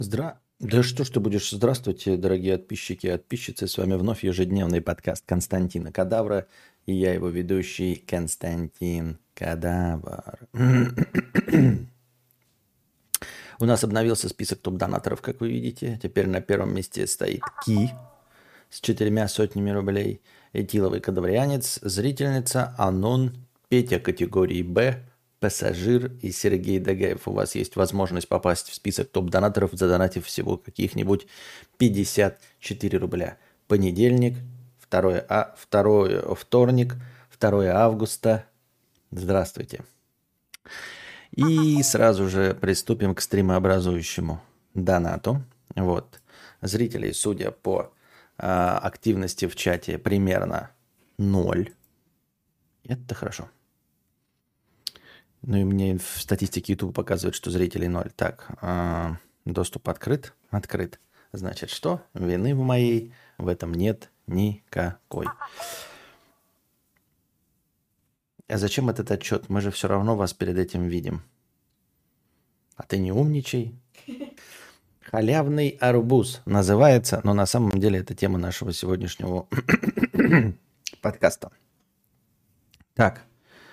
Да что ж ты будешь? Здравствуйте, дорогие подписчики и подписчицы. С вами вновь ежедневный подкаст Константина Кадавра. И я его ведущий Константин Кадавр. У нас обновился список топ-донаторов, как вы видите. Теперь на первом месте стоит Ки с 400 рублей. Этиловый кадаврианец, зрительница, Анон, Петя категории Б, пассажир и Сергей Дагаев. У вас есть возможность попасть в список топ-донаторов, задонатив всего каких-нибудь 54 рубля. Понедельник, вторник, 2 августа. Здравствуйте. И сразу же приступим к стримообразующему донату. Вот. Зрителей, судя по активности в чате, примерно 0. Это хорошо. Ну и мне в статистике YouTube показывает, что зрителей 0. Так, доступ открыт? Открыт. Значит, что? Вины в моей в этом нет никакой. А зачем этот отчет? Мы же все равно вас перед этим видим. А ты не умничай. Халявный арбуз называется, но на самом деле это тема нашего сегодняшнего подкаста. Так.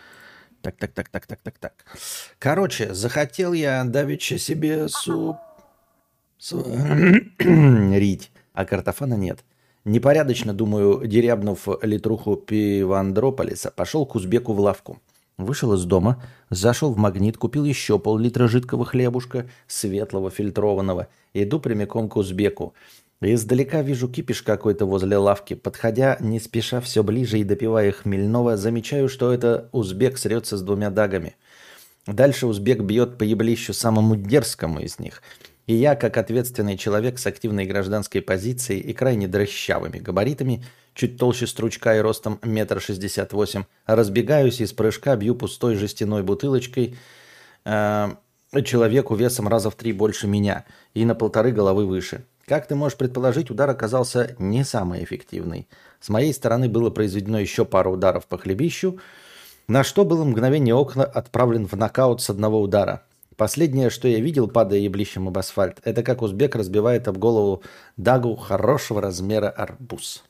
Короче, захотел я давеча себе рить, а картофана нет. Непорядочно, думаю, дерябнув литруху Пивандрополиса, пошел к узбеку в лавку. Вышел из дома, зашел в Магнит, купил еще пол-литра жидкого хлебушка, светлого, фильтрованного. Иду прямиком к узбеку. Издалека вижу кипиш какой-то возле лавки. Подходя, не спеша все ближе и допивая хмельного, замечаю, что это узбек срется с 2 дагами. Дальше узбек бьет по еблищу самому дерзкому из них. И я, как ответственный человек с активной гражданской позицией и крайне дрыщавыми габаритами, чуть толще стручка и ростом 1,68 м, разбегаюсь и с прыжка бью пустой жестяной бутылочкой человеку весом раза в 3 больше меня и на 1,5 головы выше. Как ты можешь предположить, удар оказался не самый эффективный. С моей стороны было произведено еще пару ударов по хлебищу, на что было мгновение окна отправлен в нокаут с одного удара. Последнее, что я видел, падая еблищем об асфальт, это как узбек разбивает об голову дагу хорошего размера арбуз.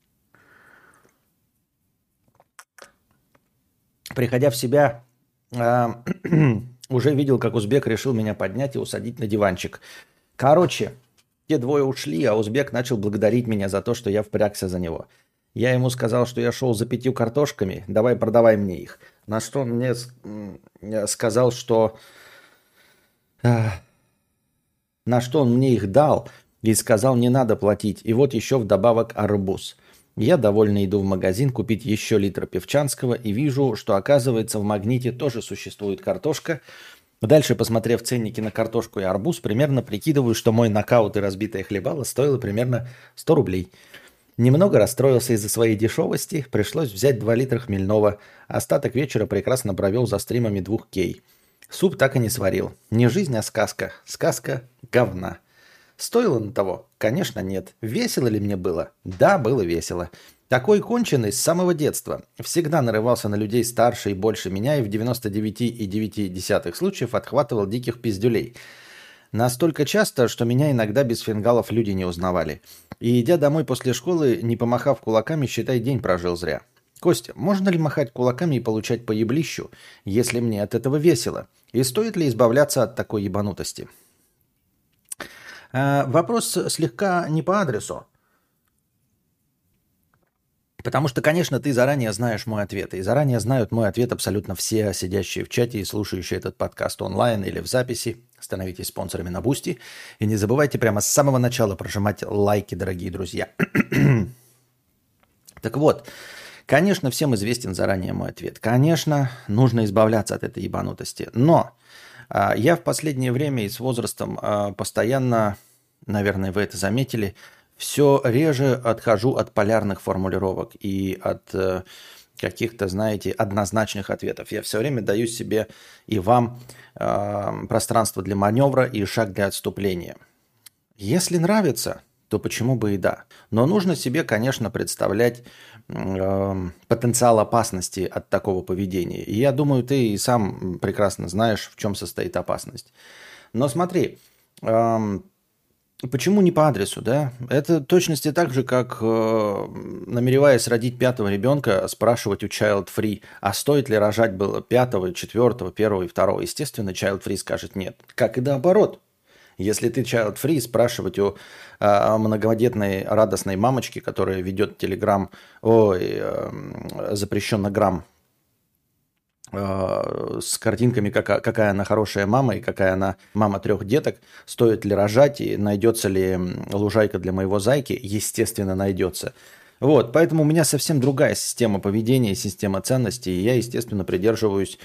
Приходя в себя, уже видел, как узбек решил меня поднять и усадить на диванчик. Короче, те двое ушли, а узбек начал благодарить меня за то, что я впрягся за него. Я ему сказал, что я шел за 5 картошками, давай продавай мне их. На что он мне сказал, что... На что он мне их дал и сказал, не надо платить. И вот еще вдобавок арбуз. Я довольно иду в магазин купить еще литр певчанского и вижу, что оказывается в Магните тоже существует картошка. Дальше, посмотрев ценники на картошку и арбуз, примерно прикидываю, что мой нокаут и разбитое хлебало стоило примерно 100 рублей. Немного расстроился из-за своей дешевости, пришлось взять 2 литра хмельного. Остаток вечера прекрасно провел за стримами 2 кей. Суп так и не сварил. Не жизнь, а сказка. Сказка говна. Стоило на того? Конечно, нет. Весело ли мне было? Да, было весело. Такой конченый с самого детства. Всегда нарывался на людей старше и больше меня и в 99,9 случаев отхватывал диких пиздюлей. Настолько часто, что меня иногда без фингалов люди не узнавали. И идя домой после школы, не помахав кулаками, считай, день прожил зря. Костя, можно ли махать кулаками и получать по еблищу, если мне от этого весело? И стоит ли избавляться от такой ебанутости? Вопрос слегка не по адресу. Потому что, конечно, ты заранее знаешь мой ответ. И заранее знают мой ответ абсолютно все сидящие в чате и слушающие этот подкаст онлайн или в записи. Становитесь спонсорами на Бусти. И не забывайте прямо с самого начала прожимать лайки, дорогие друзья. Так вот, конечно, всем известен заранее мой ответ. Конечно, нужно избавляться от этой ебанутости. Но я в последнее время и с возрастом постоянно, наверное, вы это заметили, все реже отхожу от полярных формулировок и от каких-то, знаете, однозначных ответов. Я все время даю себе и вам пространство для маневра и шаг для отступления. Если нравится, то почему бы и да. Но нужно себе, конечно, представлять потенциал опасности от такого поведения. И я думаю, ты и сам прекрасно знаешь, в чем состоит опасность. Но смотри, Почему не по адресу, да? Это точности так же, как намереваясь родить пятого ребенка, спрашивать у Child Free, а стоит ли рожать было пятого, четвертого, первого и второго. Естественно, Child Free скажет нет. Как и наоборот. Если ты Child Free, спрашивать у многодетной радостной мамочки, которая ведет телеграм, запрещенно грамм, с картинками, какая она хорошая мама и какая она мама 3 деток, стоит ли рожать и найдется ли лужайка для моего зайки, естественно, найдется. Вот, поэтому у меня совсем другая система поведения, система ценностей, и я, естественно, придерживаюсь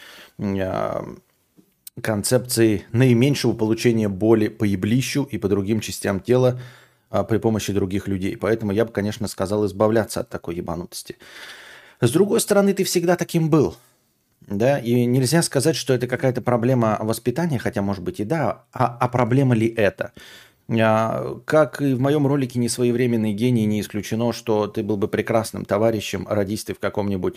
концепции наименьшего получения боли по еблищу и по другим частям тела при помощи других людей. Поэтому я бы, конечно, сказал избавляться от такой ебанутости. С другой стороны, ты всегда таким был. Да, и нельзя сказать, что это какая-то проблема воспитания, хотя, может быть, и да, а проблема ли это? Как и в моем ролике «Несвоевременный гений», не исключено, что ты был бы прекрасным товарищем, родись ты в каком-нибудь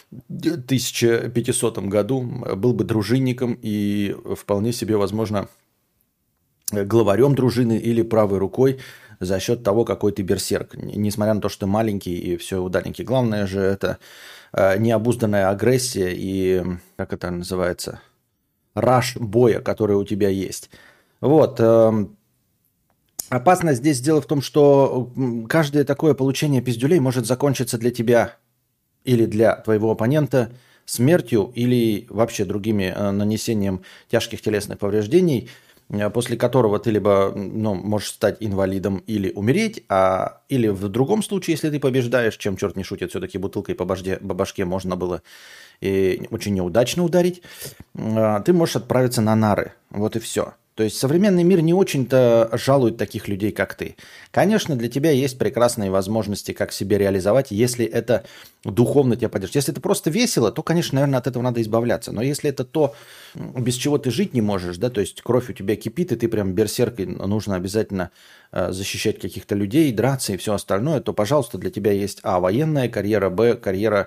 1500 году, был бы дружинником и вполне себе, возможно, главарем дружины или правой рукой за счет того, какой ты берсерк. Несмотря на то, что ты маленький и все удаленький. Главное же это необузданная агрессия и, как это называется, раш боя, который у тебя есть. Вот. Опасность здесь дело в том, что каждое такое получение пиздюлей может закончиться для тебя или для твоего оппонента смертью или вообще другими нанесением тяжких телесных повреждений, после которого ты либо можешь стать инвалидом или умереть, или в другом случае, если ты побеждаешь, чем черт не шутит, все-таки бутылкой по башке можно было и очень неудачно ударить, ты можешь отправиться на нары. Вот и все. То есть современный мир не очень-то жалует таких людей, как ты. Конечно, для тебя есть прекрасные возможности, как себя реализовать, если это духовно тебя поддержит. Если это просто весело, то, конечно, наверное, от этого надо избавляться. Но если это то, без чего ты жить не можешь, да, то есть кровь у тебя кипит, и ты прям берсеркой, нужно обязательно защищать каких-то людей, драться и все остальное, то, пожалуйста, для тебя есть военная карьера, карьера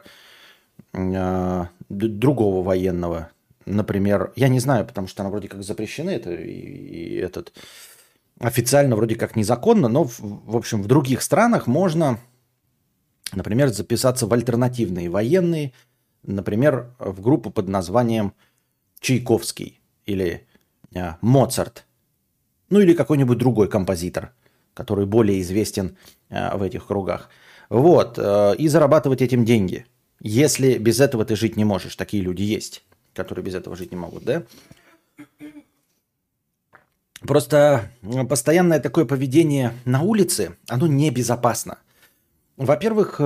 другого военного. Например, я не знаю, потому что она вроде как запрещена, это и этот официально вроде как незаконно, но в общем в других странах можно, например, записаться в альтернативные военные, например, в группу под названием Чайковский или Моцарт, ну или какой-нибудь другой композитор, который более известен в этих кругах. Вот, и зарабатывать этим деньги. Если без этого ты жить не можешь, такие люди есть, которые без этого жить не могут, да? Просто постоянное такое поведение на улице, оно небезопасно. Во-первых,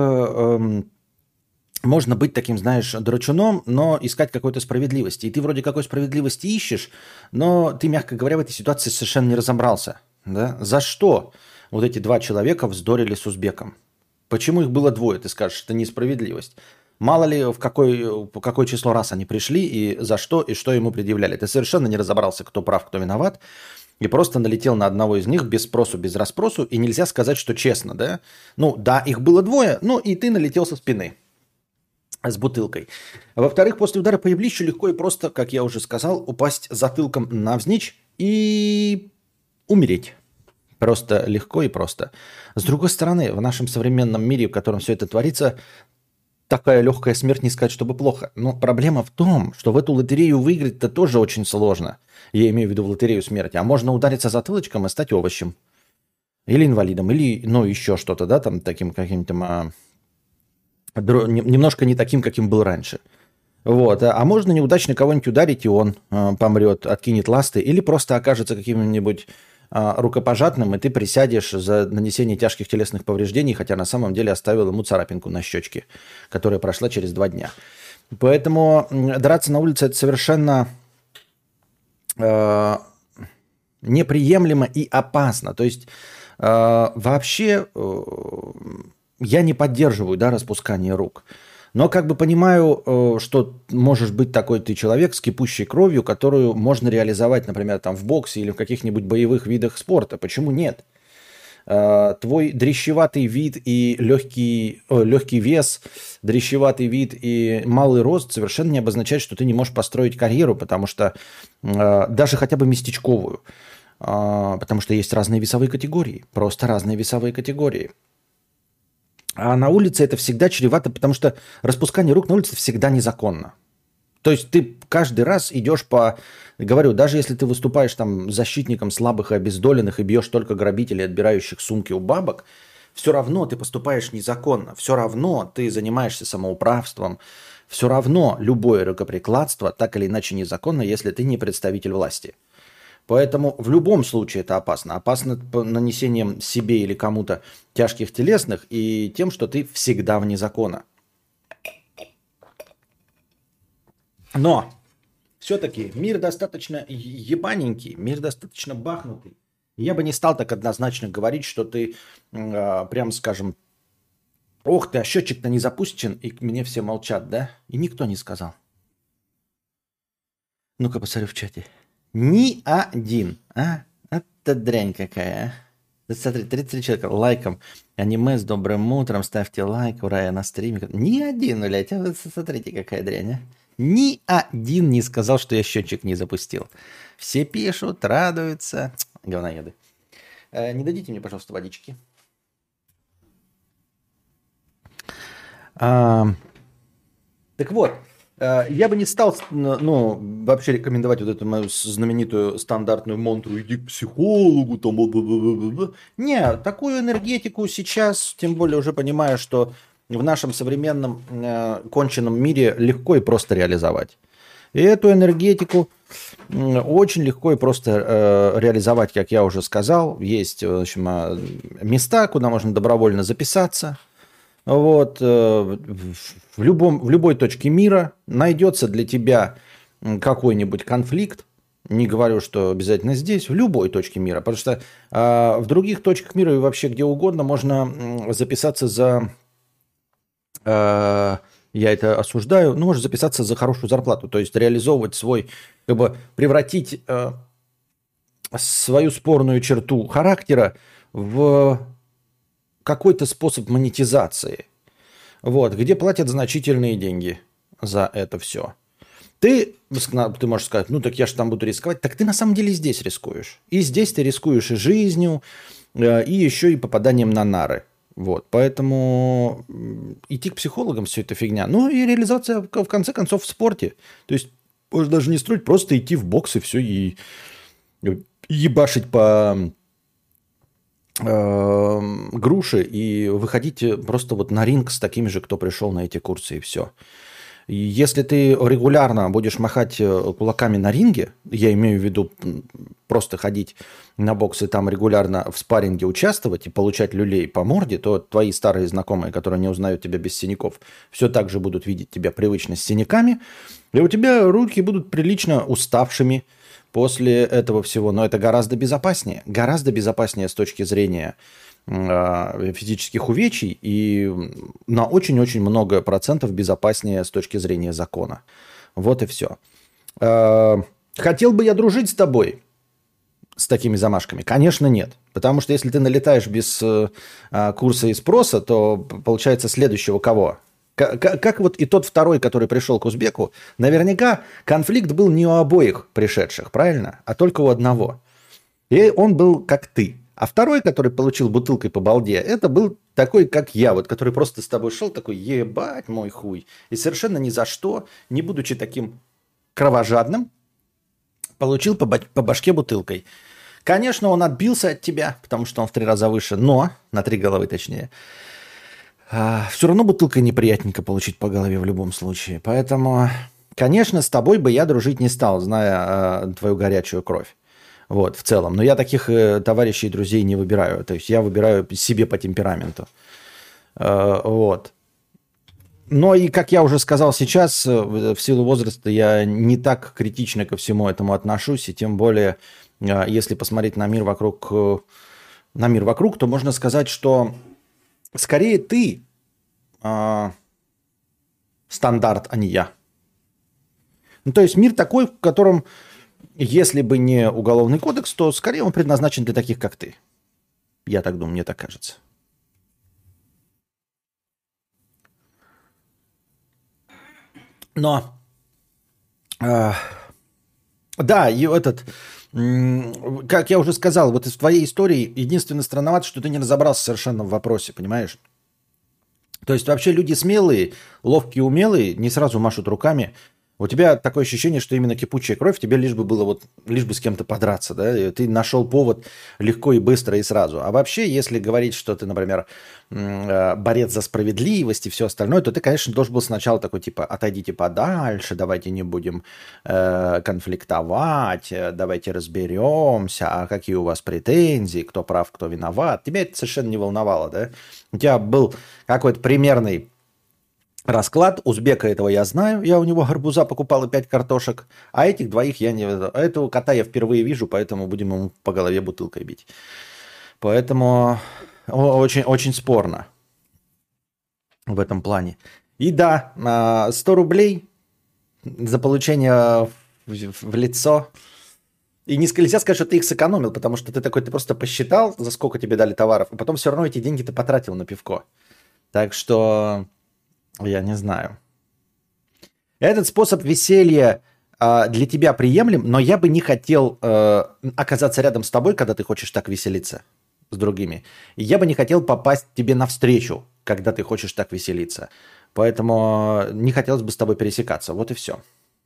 можно быть таким, знаешь, драчуном, но искать какой-то справедливости. И ты вроде какой справедливости ищешь, но ты, мягко говоря, в этой ситуации совершенно не разобрался. Да? За что вот эти два человека вздорили с узбеком? Почему их было двое? Ты скажешь, это несправедливость. Мало ли, в какое число раз они пришли, и за что, и что ему предъявляли. Ты совершенно не разобрался, кто прав, кто виноват, и просто налетел на одного из них без спросу, без расспросу, и нельзя сказать, что честно, да? Ну, да, их было двое, ну, и ты налетел со спины с бутылкой. Во-вторых, после удара по еблищу легко и просто, как я уже сказал, упасть затылком навзничь и умереть. Просто легко и просто. С другой стороны, в нашем современном мире, в котором все это творится, такая легкая смерть, не сказать, чтобы плохо. Но проблема в том, что в эту лотерею выиграть-то тоже очень сложно. Я имею в виду в лотерею смерти. А можно удариться затылочком и стать овощем. Или инвалидом, или, ну, еще что-то, да, там, таким каким-то, немножко не таким, каким был раньше. Вот. А можно неудачно кого-нибудь ударить, и он помрет, откинет ласты, или просто окажется каким-нибудь рукопожатным, и ты присядешь за нанесение тяжких телесных повреждений, хотя на самом деле оставил ему царапинку на щечке, которая прошла через 2 дня. Поэтому драться на улице – это совершенно неприемлемо и опасно. То есть вообще я не поддерживаю, да, распускание рук. Но как бы понимаю, что можешь быть такой ты человек с кипущей кровью, которую можно реализовать, например, там в боксе или в каких-нибудь боевых видах спорта. Почему нет? Твой дрищеватый вид и легкий вес, дрищеватый вид и малый рост совершенно не обозначает, что ты не можешь построить карьеру, потому что даже хотя бы местечковую. Потому что есть разные весовые категории. Просто разные весовые категории. А на улице это всегда чревато, потому что распускание рук на улице всегда незаконно. То есть ты каждый раз идешь по... Говорю, даже если ты выступаешь там защитником слабых и обездоленных и бьешь только грабителей, отбирающих сумки у бабок, все равно ты поступаешь незаконно. Все равно ты занимаешься самоуправством. Все равно любое рукоприкладство так или иначе незаконно, если ты не представитель власти. Поэтому в любом случае это опасно. Опасно нанесением себе или кому-то тяжких телесных и тем, что ты всегда вне закона. Но все-таки мир достаточно ебаненький, мир достаточно бахнутый. Я бы не стал так однозначно говорить, что ты, прям скажем, ох ты, а счетчик-то не запущен, и мне все молчат, да? И никто не сказал. Ну-ка, посмотрю в чате. Ни один, а? Это дрянь какая, а? Да смотри, 33 человека лайком. Аниме с добрым утром, ставьте лайк, ура, я на стриме. Ни один, блядь, а вы смотрите, какая дрянь, а? Ни один не сказал, что я счетчик не запустил. Все пишут, радуются. Говноеды. Не дадите мне, пожалуйста, водички? Так вот, я бы не стал, ну, вообще рекомендовать вот эту мою знаменитую стандартную мантру «иди к психологу», там, бла-бла-бла-бла-бла. Не, такую энергетику сейчас, тем более уже понимаю, что в нашем современном конченном мире легко и просто реализовать. И эту энергетику очень легко и просто реализовать, как я уже сказал. Есть, в общем, места, куда можно добровольно записаться. Вот, в любой точке мира найдется для тебя какой-нибудь конфликт. Не говорю, что обязательно здесь, в любой точке мира. Потому что в других точках мира и вообще где угодно можно записаться за... я это осуждаю, ну, можно записаться за хорошую зарплату. То есть реализовывать свой, как бы превратить свою спорную черту характера в какой-то способ монетизации, вот, где платят значительные деньги за это все. Ты можешь сказать, ну так я же там буду рисковать. Так ты на самом деле здесь рискуешь. И здесь ты рискуешь и жизнью, и еще и попаданием на нары. Вот, поэтому идти к психологам все это фигня. Ну и реализация в конце концов в спорте. То есть можно даже не строить, просто идти в бокс и все, и ебашить по груши и выходить просто вот на ринг с такими же, кто пришел на эти курсы, и все. И если ты регулярно будешь махать кулаками на ринге, я имею в виду просто ходить на бокс и там регулярно в спарринге участвовать и получать люлей по морде, то твои старые знакомые, которые не узнают тебя без синяков, все так же будут видеть тебя привычно с синяками, и у тебя руки будут прилично уставшими после этого всего. Но это гораздо безопаснее. Гораздо безопаснее с точки зрения физических увечий и на очень-очень много процентов безопаснее с точки зрения закона. Вот и все. Хотел бы я дружить с тобой с такими замашками? Конечно, нет. Потому что если ты налетаешь без курса и спроса, то получается следующего кого? Как вот и тот второй, который пришел к узбеку, наверняка конфликт был не у обоих пришедших, правильно? А только у одного. И он был как ты. А второй, который получил бутылкой по балде, это был такой, как я, вот, который просто с тобой шел, такой, ебать мой хуй. И совершенно ни за что, не будучи таким кровожадным, получил по башке бутылкой. Конечно, он отбился от тебя, потому что он в 3 раза выше, но, на 3 головы точнее, все равно бутылкой неприятненько получить по голове в любом случае. Поэтому, конечно, с тобой бы я дружить не стал, зная твою горячую кровь. Вот, в целом. Но я таких товарищей и друзей не выбираю. То есть я выбираю себе по темпераменту. Вот. Но и, как я уже сказал сейчас, в силу возраста я не так критично ко всему этому отношусь. И тем более, если посмотреть на мир вокруг, то можно сказать, что скорее ты стандарт, а не я. Ну, то есть мир такой, в котором, если бы не уголовный кодекс, то скорее он предназначен для таких, как ты. Я так думаю, мне так кажется. Но, да, и этот, Как я уже сказал, вот из твоей истории единственное странновато, что ты не разобрался совершенно в вопросе, понимаешь? То есть вообще люди смелые, ловкие, умелые, не сразу машут руками. У тебя такое ощущение, что именно кипучая кровь, тебе лишь бы было вот, лишь бы с кем-то подраться, да? И ты нашел повод легко и быстро и сразу. А вообще, если говорить, что ты, например, борец за справедливость и все остальное, то ты, конечно, должен был сначала такой, типа, отойдите подальше, давайте не будем конфликтовать, давайте разберемся, а какие у вас претензии, кто прав, кто виноват. Тебя это совершенно не волновало, да? У тебя был какой-то примерный расклад. Узбека этого я знаю. Я у него гарбуза покупал и 5 картошек. А этих двоих я не... А этого кота я впервые вижу, поэтому будем ему по голове бутылкой бить. Поэтому очень, очень спорно в этом плане. И да, 100 рублей за получение в лицо. И нельзя сказать, что ты их сэкономил, потому что ты такой, ты просто посчитал, за сколько тебе дали товаров, а потом все равно эти деньги ты потратил на пивко. Так что... Я не знаю. Этот способ веселья для тебя приемлем, но я бы не хотел оказаться рядом с тобой, когда ты хочешь так веселиться с другими. И я бы не хотел попасть тебе навстречу, когда ты хочешь так веселиться. Поэтому не хотелось бы с тобой пересекаться. Вот и все.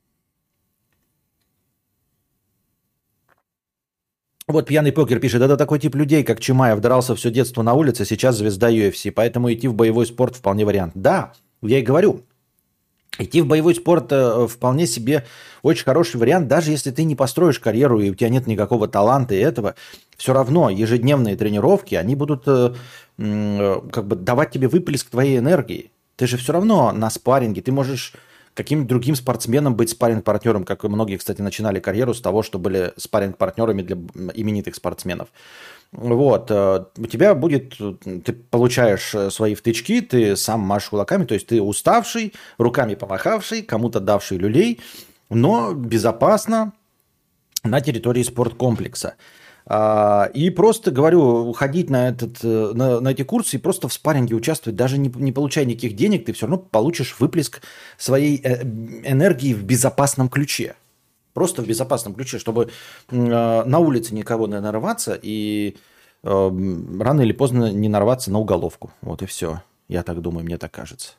Вот пьяный покер пишет, это такой тип людей, как Чимаев, дрался все детство на улице, сейчас звезда UFC, поэтому идти в боевой спорт вполне вариант. Да, я и говорю, идти в боевой спорт вполне себе очень хороший вариант, даже если ты не построишь карьеру и у тебя нет никакого таланта и этого, все равно ежедневные тренировки, они будут как бы давать тебе выплеск твоей энергии. Ты же все равно на спарринге, ты можешь каким-то другим спортсменом быть спарринг-партнером, как и многие, кстати, начинали карьеру с того, что были спарринг-партнерами для именитых спортсменов. Вот, у тебя будет, ты получаешь свои втычки, ты сам машешь кулаками, то есть ты уставший, руками помахавший, кому-то давший люлей, но безопасно на территории спорткомплекса. И просто, говорю, ходить на эти курсы и просто в спарринге участвовать, даже не получая никаких денег, ты все равно получишь выплеск своей энергии в безопасном ключе. Просто в безопасном ключе, чтобы на улице никого не нарваться и рано или поздно не нарваться на уголовку. Вот и все. Я так думаю, мне так кажется.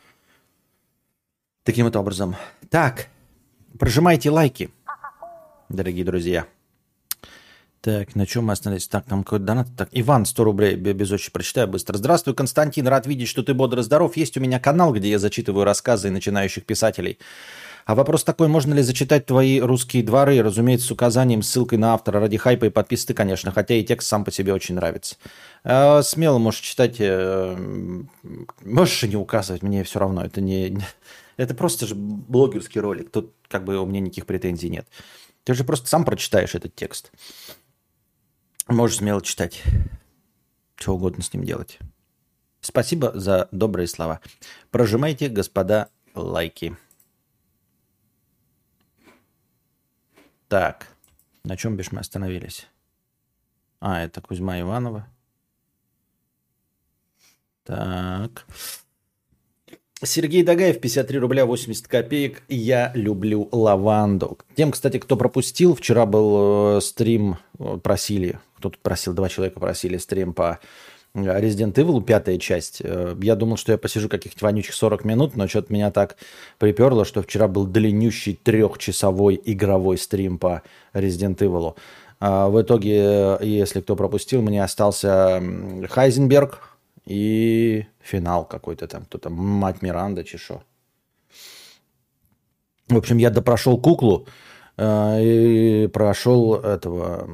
Таким вот образом. Так, прожимайте лайки, дорогие друзья. Так, на чем мы остановились? Так, там какой-то донат. Так, Иван, 100 рублей, без очереди прочитаю быстро. Здравствуй, Константин, рад видеть, что ты бодр и здоров. Есть у меня канал, где я зачитываю рассказы начинающих писателей. А вопрос такой, можно ли зачитать твои русские дворы, разумеется, с указанием, ссылкой на автора, ради хайпа и подписки, конечно, хотя и текст сам по себе очень нравится. Смело можешь читать, можешь и не указывать, мне все равно, это не... Это просто же блогерский ролик, тут как бы у меня никаких претензий нет. Ты же просто сам прочитаешь этот текст. Можешь смело читать, что угодно с ним делать. Спасибо за добрые слова. Прожимайте, господа, лайки. Так, на чем бишь мы остановились? Это Кузьма Иванова. Так. Сергей Дагаев, 53 рубля 80 копеек. Я люблю лаванду. Тем, кстати, кто пропустил, вчера был стрим, просили, кто тут просил, 2 человека просили стрим по Resident Evil, 5-я часть. Я думал, что я посижу каких-то вонючих 40 минут, но что-то меня так приперло, что вчера был длиннющий 3-часовой игровой стрим по Resident Evil. В итоге, если кто пропустил, мне остался Хайзенберг и финал какой-то там, кто-то, мать Миранда, чешо. В общем, я допрошел куклу и прошел этого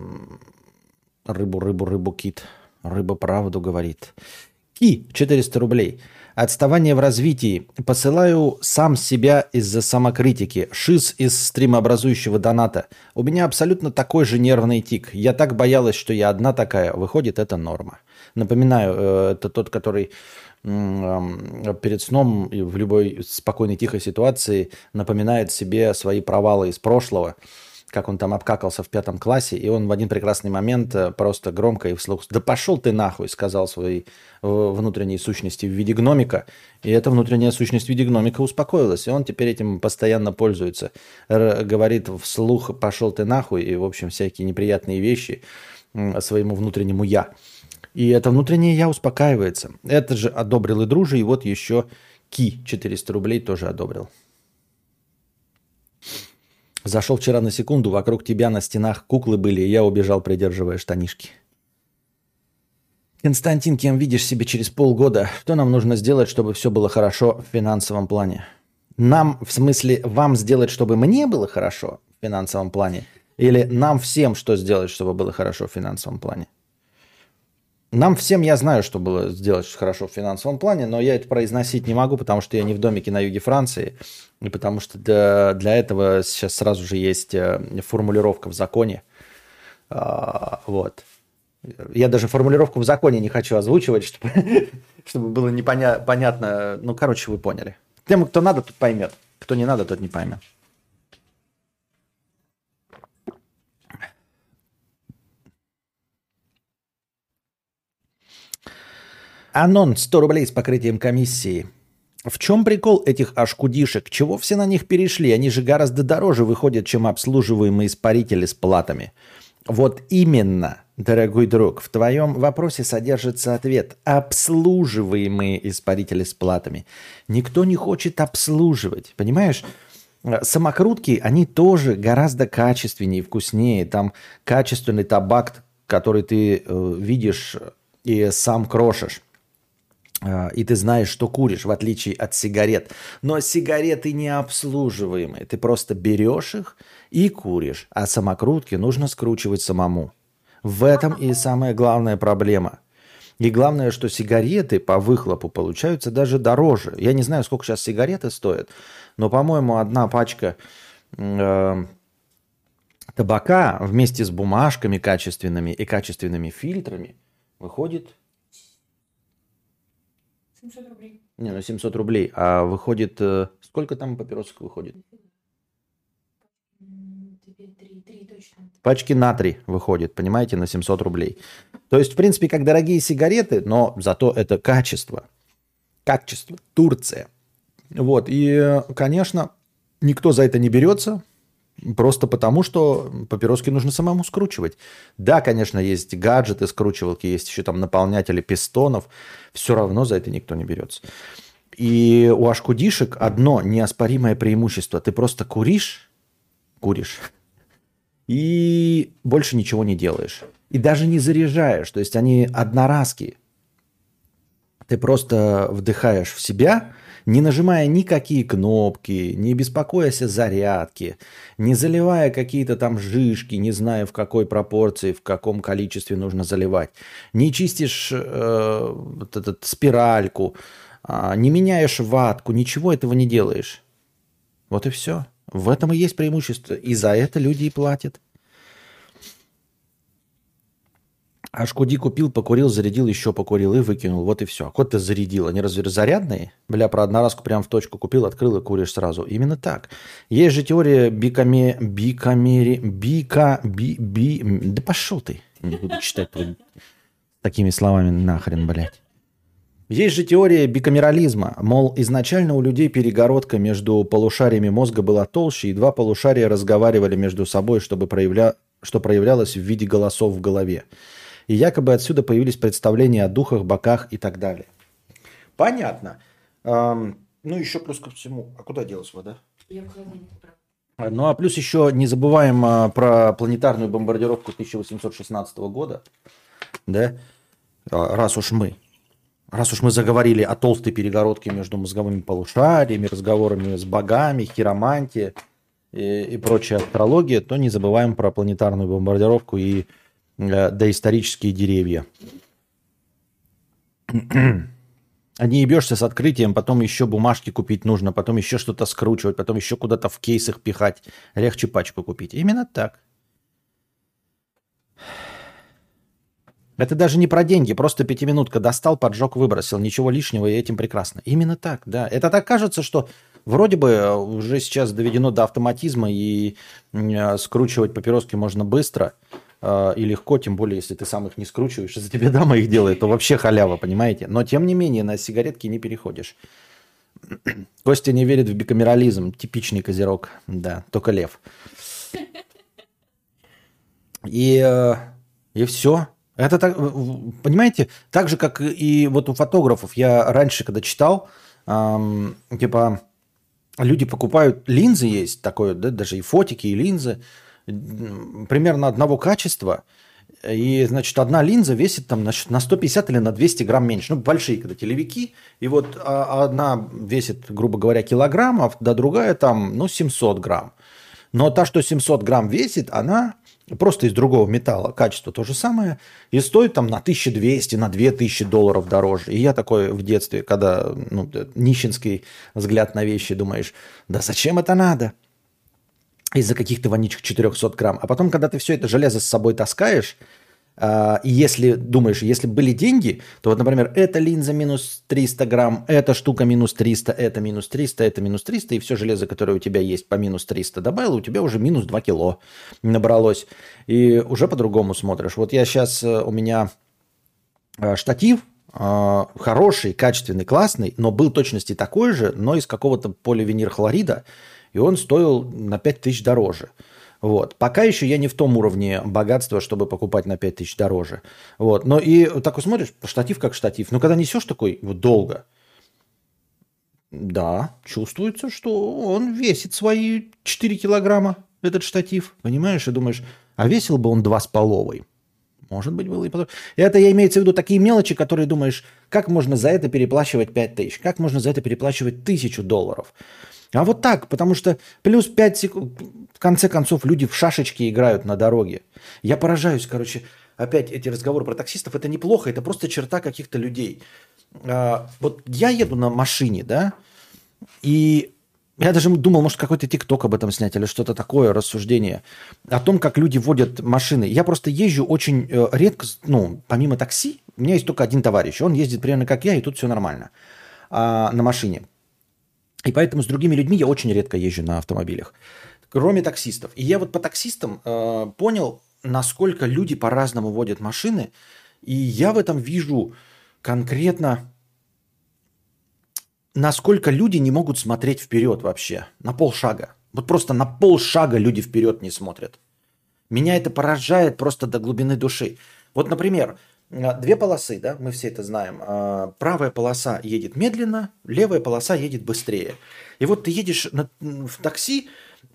рыбу кит. Рыба правду говорит. Ки, 400 рублей. Отставание в развитии. Посылаю сам себя из-за самокритики. Шиз из стримообразующего доната. У меня абсолютно такой же нервный тик. Я так боялась, что я одна такая. Выходит, это норма. Напоминаю, это тот, который перед сном и в любой спокойной, тихой ситуации напоминает себе свои провалы из прошлого, как он там обкакался в 5 классе, и он в один прекрасный момент просто громко и вслух «Да пошел ты нахуй!» сказал своей внутренней сущности в виде гномика, и эта внутренняя сущность в виде гномика успокоилась, и он теперь этим постоянно пользуется. Говорит вслух «пошел ты нахуй!» и, в общем, всякие неприятные вещи своему внутреннему «я». И это внутреннее «я» успокаивается. Это же одобрил и дружи, и вот еще Ки 400 рублей тоже одобрил. Зашел вчера на секунду, вокруг тебя на стенах куклы были, и я убежал, придерживая штанишки. Константин, кем видишь себя через полгода? Что нам нужно сделать, чтобы все было хорошо в финансовом плане? Нам, в смысле, вам сделать, чтобы мне было хорошо в финансовом плане? Или нам всем что сделать, чтобы было хорошо в финансовом плане? Нам всем я знаю, что было сделать хорошо в финансовом плане, но я это произносить не могу, потому что я не в домике на юге Франции, и потому что для этого сейчас сразу же есть формулировка в законе. Вот. Я даже формулировку в законе не хочу озвучивать, чтобы было непонятно. Ну, короче, вы поняли. Тем, кто надо, тот поймет. Кто не надо, тот не поймет. Анон 100 рублей с покрытием комиссии. В чем прикол этих ашкудишек? Чего все на них перешли? Они же гораздо дороже выходят, чем обслуживаемые испарители с платами. Вот именно, дорогой друг, в твоем вопросе содержится ответ. Обслуживаемые испарители с платами. Никто не хочет обслуживать, понимаешь? Самокрутки, они тоже гораздо качественнее и вкуснее. Там качественный табак, который ты видишь и сам крошишь. И ты знаешь, что куришь, в отличие от сигарет. Но сигареты не обслуживаемые. Ты просто берешь их и куришь. А самокрутки нужно скручивать самому. В этом и самая главная проблема. И главное, что сигареты по выхлопу получаются даже дороже. Я не знаю, сколько сейчас сигареты стоят, но, по-моему, одна пачка табака вместе с бумажками качественными и качественными фильтрами выходит... 700 рублей. Не, ну 700 рублей. А выходит... Сколько там папиросок выходит? 3 точно. Пачки на 3 выходит, понимаете, на 700 рублей. То есть, в принципе, как дорогие сигареты, но зато это качество. Качество. Турция. Вот. И, конечно, никто за это не берется. Просто потому, что папироски нужно самому скручивать. Да, конечно, есть гаджеты, скручивалки, есть еще там наполнятели пистонов. Все равно за это никто не берется. И у ашкудишек одно неоспоримое преимущество. Ты просто куришь, и больше ничего не делаешь. И даже не заряжаешь. То есть они одноразки. Ты просто вдыхаешь в себя, не нажимая никакие кнопки, не беспокоясь о зарядке, не заливая какие-то там жишки, не зная в какой пропорции, в каком количестве нужно заливать. Не чистишь спиральку, не меняешь ватку, ничего этого не делаешь. Вот и все. В этом и есть преимущество. И за это люди и платят. Ашкуди купил, покурил, зарядил, еще покурил и выкинул. Вот и все. Кот ты зарядил. Они разве зарядные? Бля, про одноразку прям в точку купил, открыл и куришь сразу. Именно так. Есть же теория Да пошел ты. Не буду читать такими словами нахрен, блядь. Есть же теория бикамерализма. Мол, изначально у людей перегородка между полушариями мозга была толще, и два полушария разговаривали между собой, что проявлялось в виде голосов в голове. И якобы отсюда появились представления о духах, боках и так далее. Понятно. Ну, еще плюс ко всему... А куда делась вода? Я в холодильник убрала. Ну, а плюс еще не забываем про планетарную бомбардировку 1816 года. Да? Раз уж мы заговорили о толстой перегородке между мозговыми полушариями, разговорами с богами, хиромантией и прочей астрологией, то не забываем про планетарную бомбардировку и доисторические деревья. А не ебешься с открытием, потом еще бумажки купить нужно, потом еще что-то скручивать, потом еще куда-то в кейсах пихать. Легче пачку купить. Именно так. Это даже не про деньги, просто пятиминутка достал, поджег, выбросил, ничего лишнего, и этим прекрасно. Именно так, да. Это так кажется, что вроде бы уже сейчас доведено до автоматизма, и скручивать папироски можно быстро и легко, тем более, если ты сам их не скручиваешь, за тебе дама их делает, то вообще халява, понимаете? Но тем не менее на сигаретки не переходишь. Костя не верит в бикамерализм, типичный козерог, да, только лев. И все. Это так, понимаете, так же, как и вот у фотографов. Я раньше, когда читал, типа, люди покупают линзы, есть такое, да, даже и фотики, и линзы, примерно одного качества. И, значит, одна линза весит там на 150 или на 200 грамм меньше. Ну, большие, когда телевики. И вот одна весит, грубо говоря, килограмм, а другая там, ну, 700 грамм. Но та, что 700 грамм весит, она просто из другого металла. Качество то же самое. И стоит там на 1200, на 2000 долларов дороже. И я такой в детстве, когда нищенский взгляд на вещи, думаешь, да зачем это надо? Из-за каких-то вонючих 400 грамм. А потом, когда ты все это железо с собой таскаешь, и если думаешь, если были деньги, то вот, например, эта линза минус 300 грамм, эта штука минус 300, это минус 300, это минус 300, и все железо, которое у тебя есть по минус 300 добавил, у тебя уже минус 2 кило набралось. И уже по-другому смотришь. Вот я сейчас, у меня штатив, хороший, качественный, классный, но был точности такой же, но из какого-то поливинилхлорида, и он стоил на 5000 дороже. Вот. Пока еще я не в том уровне богатства, чтобы покупать на 5000 дороже. Вот. Но и так вот смотришь, штатив как штатив. Но когда несешь такой вот долго, да, чувствуется, что он весит свои 4 килограмма, этот штатив. Понимаешь? И думаешь, а весил бы он 2,5. Может быть, было и потом. Это я имеется в виду такие мелочи, которые думаешь, как можно за это переплачивать 5000? Как можно за это переплачивать $1000? А вот так, потому что плюс 5 секунд, в конце концов, люди в шашечки играют на дороге. Я поражаюсь, короче, опять эти разговоры про таксистов, это неплохо, это просто черта каких-то людей. Вот я еду на машине, да, и я даже думал, может, какой-то тикток об этом снять или что-то такое, рассуждение о том, как люди водят машины. Я просто езжу очень редко, ну, помимо такси, у меня есть только один товарищ, он ездит примерно как я, и тут все нормально на машине. И поэтому с другими людьми я очень редко езжу на автомобилях, кроме таксистов. И я вот по таксистам понял, насколько люди по-разному водят машины. И я в этом вижу конкретно, насколько люди не могут смотреть вперед вообще, на полшага. Вот просто на полшага люди вперед не смотрят. Меня это поражает просто до глубины души. Вот, например, две полосы, да, мы все это знаем. Правая полоса едет медленно, левая полоса едет быстрее. И вот ты едешь в такси,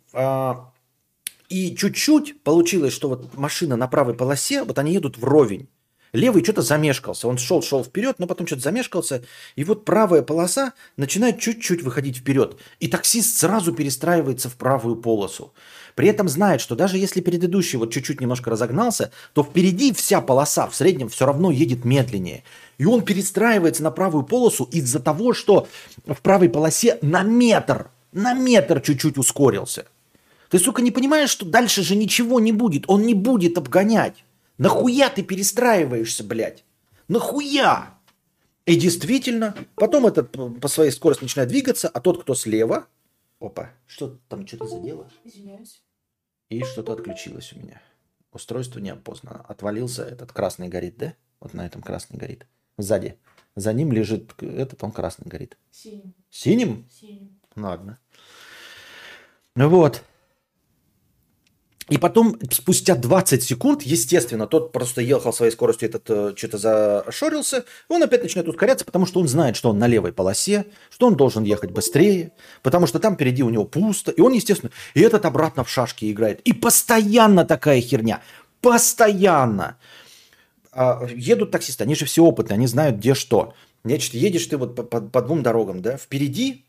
и чуть-чуть получилось, что вот машина на правой полосе, вот они едут вровень. Левый что-то замешкался. Он шел вперед, но потом что-то замешкался. И вот правая полоса начинает чуть-чуть выходить вперед. И таксист сразу перестраивается в правую полосу. При этом знает, что даже если предыдущий вот чуть-чуть немножко разогнался, то впереди вся полоса в среднем все равно едет медленнее. И он перестраивается на правую полосу из-за того, что в правой полосе на метр чуть-чуть ускорился. Ты, сука, не понимаешь, что дальше же ничего не будет. Он не будет обгонять. Нахуя ты перестраиваешься, блядь? Нахуя? И действительно, потом этот по своей скорости начинает двигаться, а тот, кто слева... Опа, что там, что-то задело? Извиняюсь. И что-то отключилось у меня. Устройство не опознано. Отвалился этот красный горит, да? Вот на этом красный горит. Сзади. За ним лежит этот, он красный горит. Синим. Синим? Синим. Ладно. Ну вот. И потом, спустя 20 секунд, естественно, тот просто ехал своей скоростью, этот что-то зашорился, он опять начинает ускоряться, потому что он знает, что он на левой полосе, что он должен ехать быстрее, потому что там впереди у него пусто, и он, естественно, и этот обратно в шашки играет. И постоянно такая херня, постоянно. Едут таксисты, они же все опытные, они знают, где что. Значит, едешь ты вот по двум дорогам, да, впереди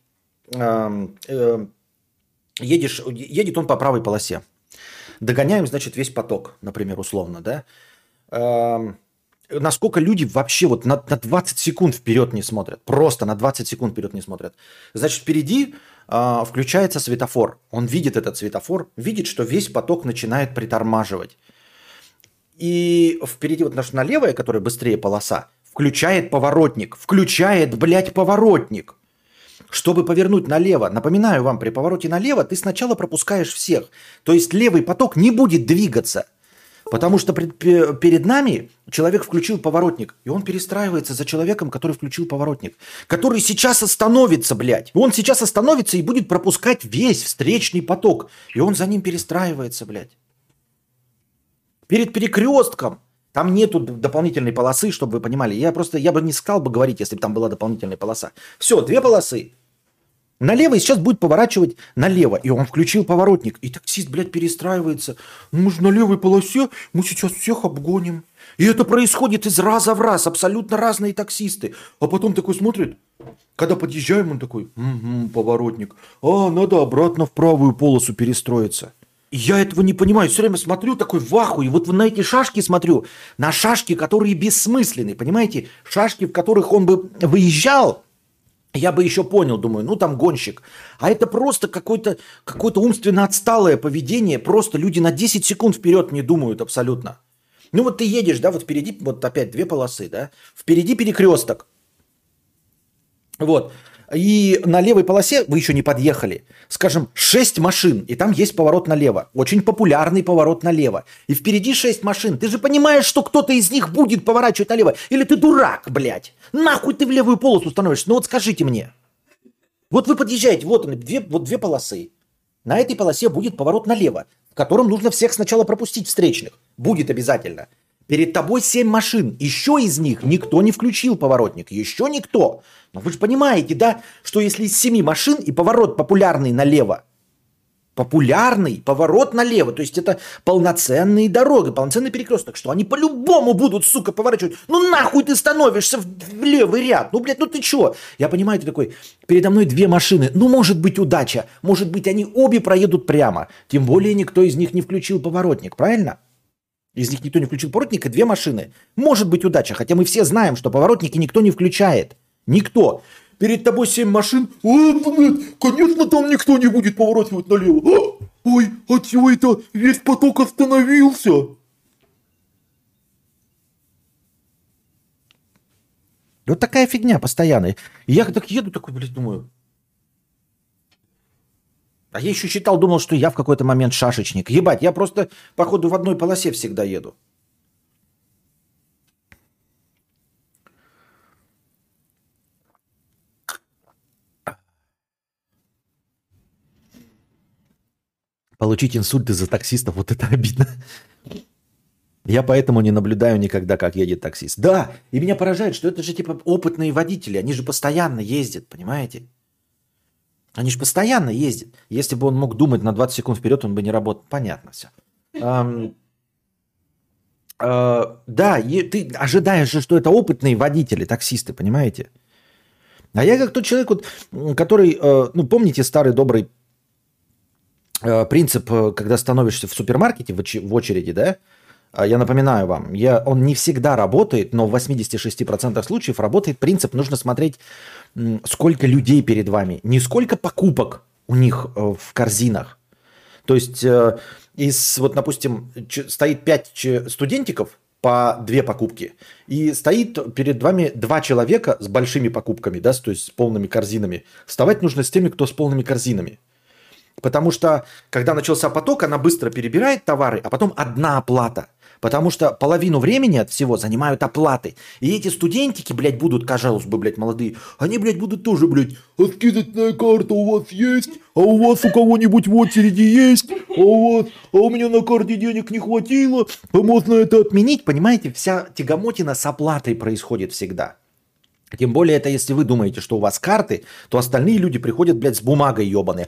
едет он по правой полосе. Догоняем, значит, весь поток, например, условно, да. Насколько люди вообще вот на 20 секунд вперед не смотрят. Просто на 20 секунд вперед не смотрят. Значит, впереди включается светофор. Он видит этот светофор, видит, что весь поток начинает притормаживать. И впереди вот наша налевая, которая быстрее полоса, включает поворотник. Включает, блядь, поворотник. Чтобы повернуть налево, напоминаю вам, при повороте налево ты сначала пропускаешь всех. То есть левый поток не будет двигаться. Потому что перед нами человек включил поворотник, и он перестраивается за человеком, который включил поворотник. Который сейчас остановится, блядь. Он сейчас остановится и будет пропускать весь встречный поток. И он за ним перестраивается, блядь. Перед перекрестком. Там нету дополнительной полосы, чтобы вы понимали. Я бы не стал бы говорить, если бы там была дополнительная полоса. Все, 2 полосы. Налево и сейчас будет поворачивать налево. И он включил поворотник. И таксист, блядь, перестраивается. Мы же на левой полосе, мы сейчас всех обгоним. И это происходит из раза в раз. Абсолютно разные таксисты. А потом такой смотрит. Когда подъезжаем, он такой, поворотник. Надо обратно в правую полосу перестроиться. И я этого не понимаю. Все время смотрю такой в ахуе. Вот на эти шашки смотрю. На шашки, которые бессмысленны. Понимаете? Шашки, в которых он бы выезжал. Я бы еще понял, думаю, ну там гонщик. А это просто какое-то умственно отсталое поведение. Просто люди на 10 секунд вперед не думают абсолютно. Ну вот ты едешь, да, вот впереди, вот опять 2 полосы, да. Впереди перекресток. Вот. И на левой полосе вы еще не подъехали. Скажем, 6 машин, и там есть поворот налево. Очень популярный поворот налево. И впереди 6 машин. Ты же понимаешь, что кто-то из них будет поворачивать налево. Или ты дурак, блядь. Нахуй ты в левую полосу становишься? Ну вот скажите мне. Вот вы подъезжаете, вот он, 2 полосы. На этой полосе будет поворот налево, в котором нужно всех сначала пропустить встречных. Будет обязательно. Перед тобой 7 машин. Еще из них никто не включил поворотник. Еще никто. Но вы же понимаете, да, что если из 7 машин и поворот популярный налево, популярный поворот налево, то есть это полноценные дороги, полноценный перекресток, что они по-любому будут, сука, поворачивать. Ну нахуй ты становишься в левый ряд? Ну, блядь, ну ты чё? Я понимаю, ты такой, передо мной 2 машины. Ну, может быть, удача. Может быть, они обе проедут прямо. Тем более никто из них не включил поворотник, правильно? Из них никто не включил поворотник, и 2 машины. Может быть удача, хотя мы все знаем, что поворотники никто не включает. Никто. Перед тобой 7 машин. Блядь, конечно, там никто не будет поворачивать налево. Ой, а чего это? Весь поток остановился. Вот такая фигня постоянная. И я так еду, такой, блядь, думаю. А я еще думал, что я в какой-то момент шашечник. Ебать, я просто, походу, в одной полосе всегда еду. Получить инсульт из-за таксистов, вот это обидно. Я поэтому не наблюдаю никогда, как едет таксист. Да, и меня поражает, что это же типа опытные водители. Они же постоянно ездят, понимаете? Они же постоянно ездят. Если бы он мог думать на 20 секунд вперед, он бы не работал. Понятно все. Да, ты ожидаешь же, что это опытные водители, таксисты, понимаете? А я как тот человек, вот, который, ну, помните старый добрый принцип, когда становишься в супермаркете в очереди, да? Я напоминаю вам, он не всегда работает, но в 86% случаев работает принцип, нужно смотреть, сколько людей перед вами, не сколько покупок у них в корзинах. То есть, вот, допустим, стоит 5 студентиков по 2 покупки, и стоит перед вами 2 человека с большими покупками, да, то есть с полными корзинами. Вставать нужно с теми, кто с полными корзинами. Потому что, когда начался поток, она быстро перебирает товары, а потом одна оплата. Потому что половину времени от всего занимают оплаты. И эти студентики, блядь, будут, казалось бы, блядь, молодые, они, блядь, будут тоже, блядь, а скидочная карта у вас есть? А у вас у кого-нибудь в очереди есть? А у меня на карте денег не хватило? А можно это отменить? Понимаете, вся тягомотина с оплатой происходит всегда. Тем более, это если вы думаете, что у вас карты, то остальные люди приходят, блядь, с бумагой ебаной.